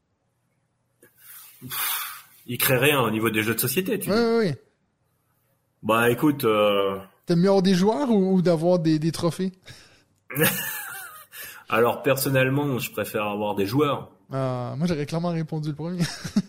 Ils créent rien au niveau des jeux de société, tu ouais, dis. Oui, oui. Bah écoute... Euh... T'aimes mieux avoir des joueurs ou, ou d'avoir des, des trophées? Alors personnellement, je préfère avoir des joueurs. Ah, moi j'aurais clairement répondu le premier.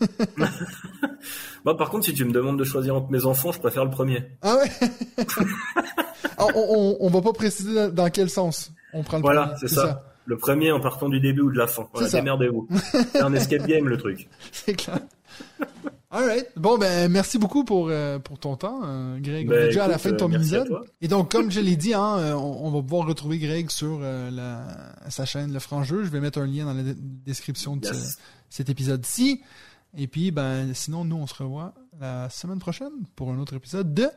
Bah par contre, si tu me demandes de choisir entre mes enfants, je préfère le premier. Ah ouais. Alors, on, on, on va pas préciser dans, dans quel sens on prend le voilà, premier. c'est, c'est ça. ça. Le premier en partant du début ou de la fin. Voilà, démerdez-vous. C'est un escape game le truc. C'est clair. Alright. Bon ben merci beaucoup pour euh, pour ton temps, euh, Greg. Ben, on est déjà écoute, à la fin de ton euh, épisode. Et donc comme je l'ai dit, hein, euh, on, on va pouvoir retrouver Greg sur euh, la, sa chaîne Le Franc Jeu. Je vais mettre un lien dans la d- description de yes. ce, cet épisode-ci. Et puis ben sinon nous on se revoit la semaine prochaine pour un autre épisode de.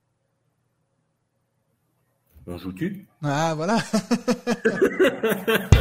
On joue-tu? Ah voilà.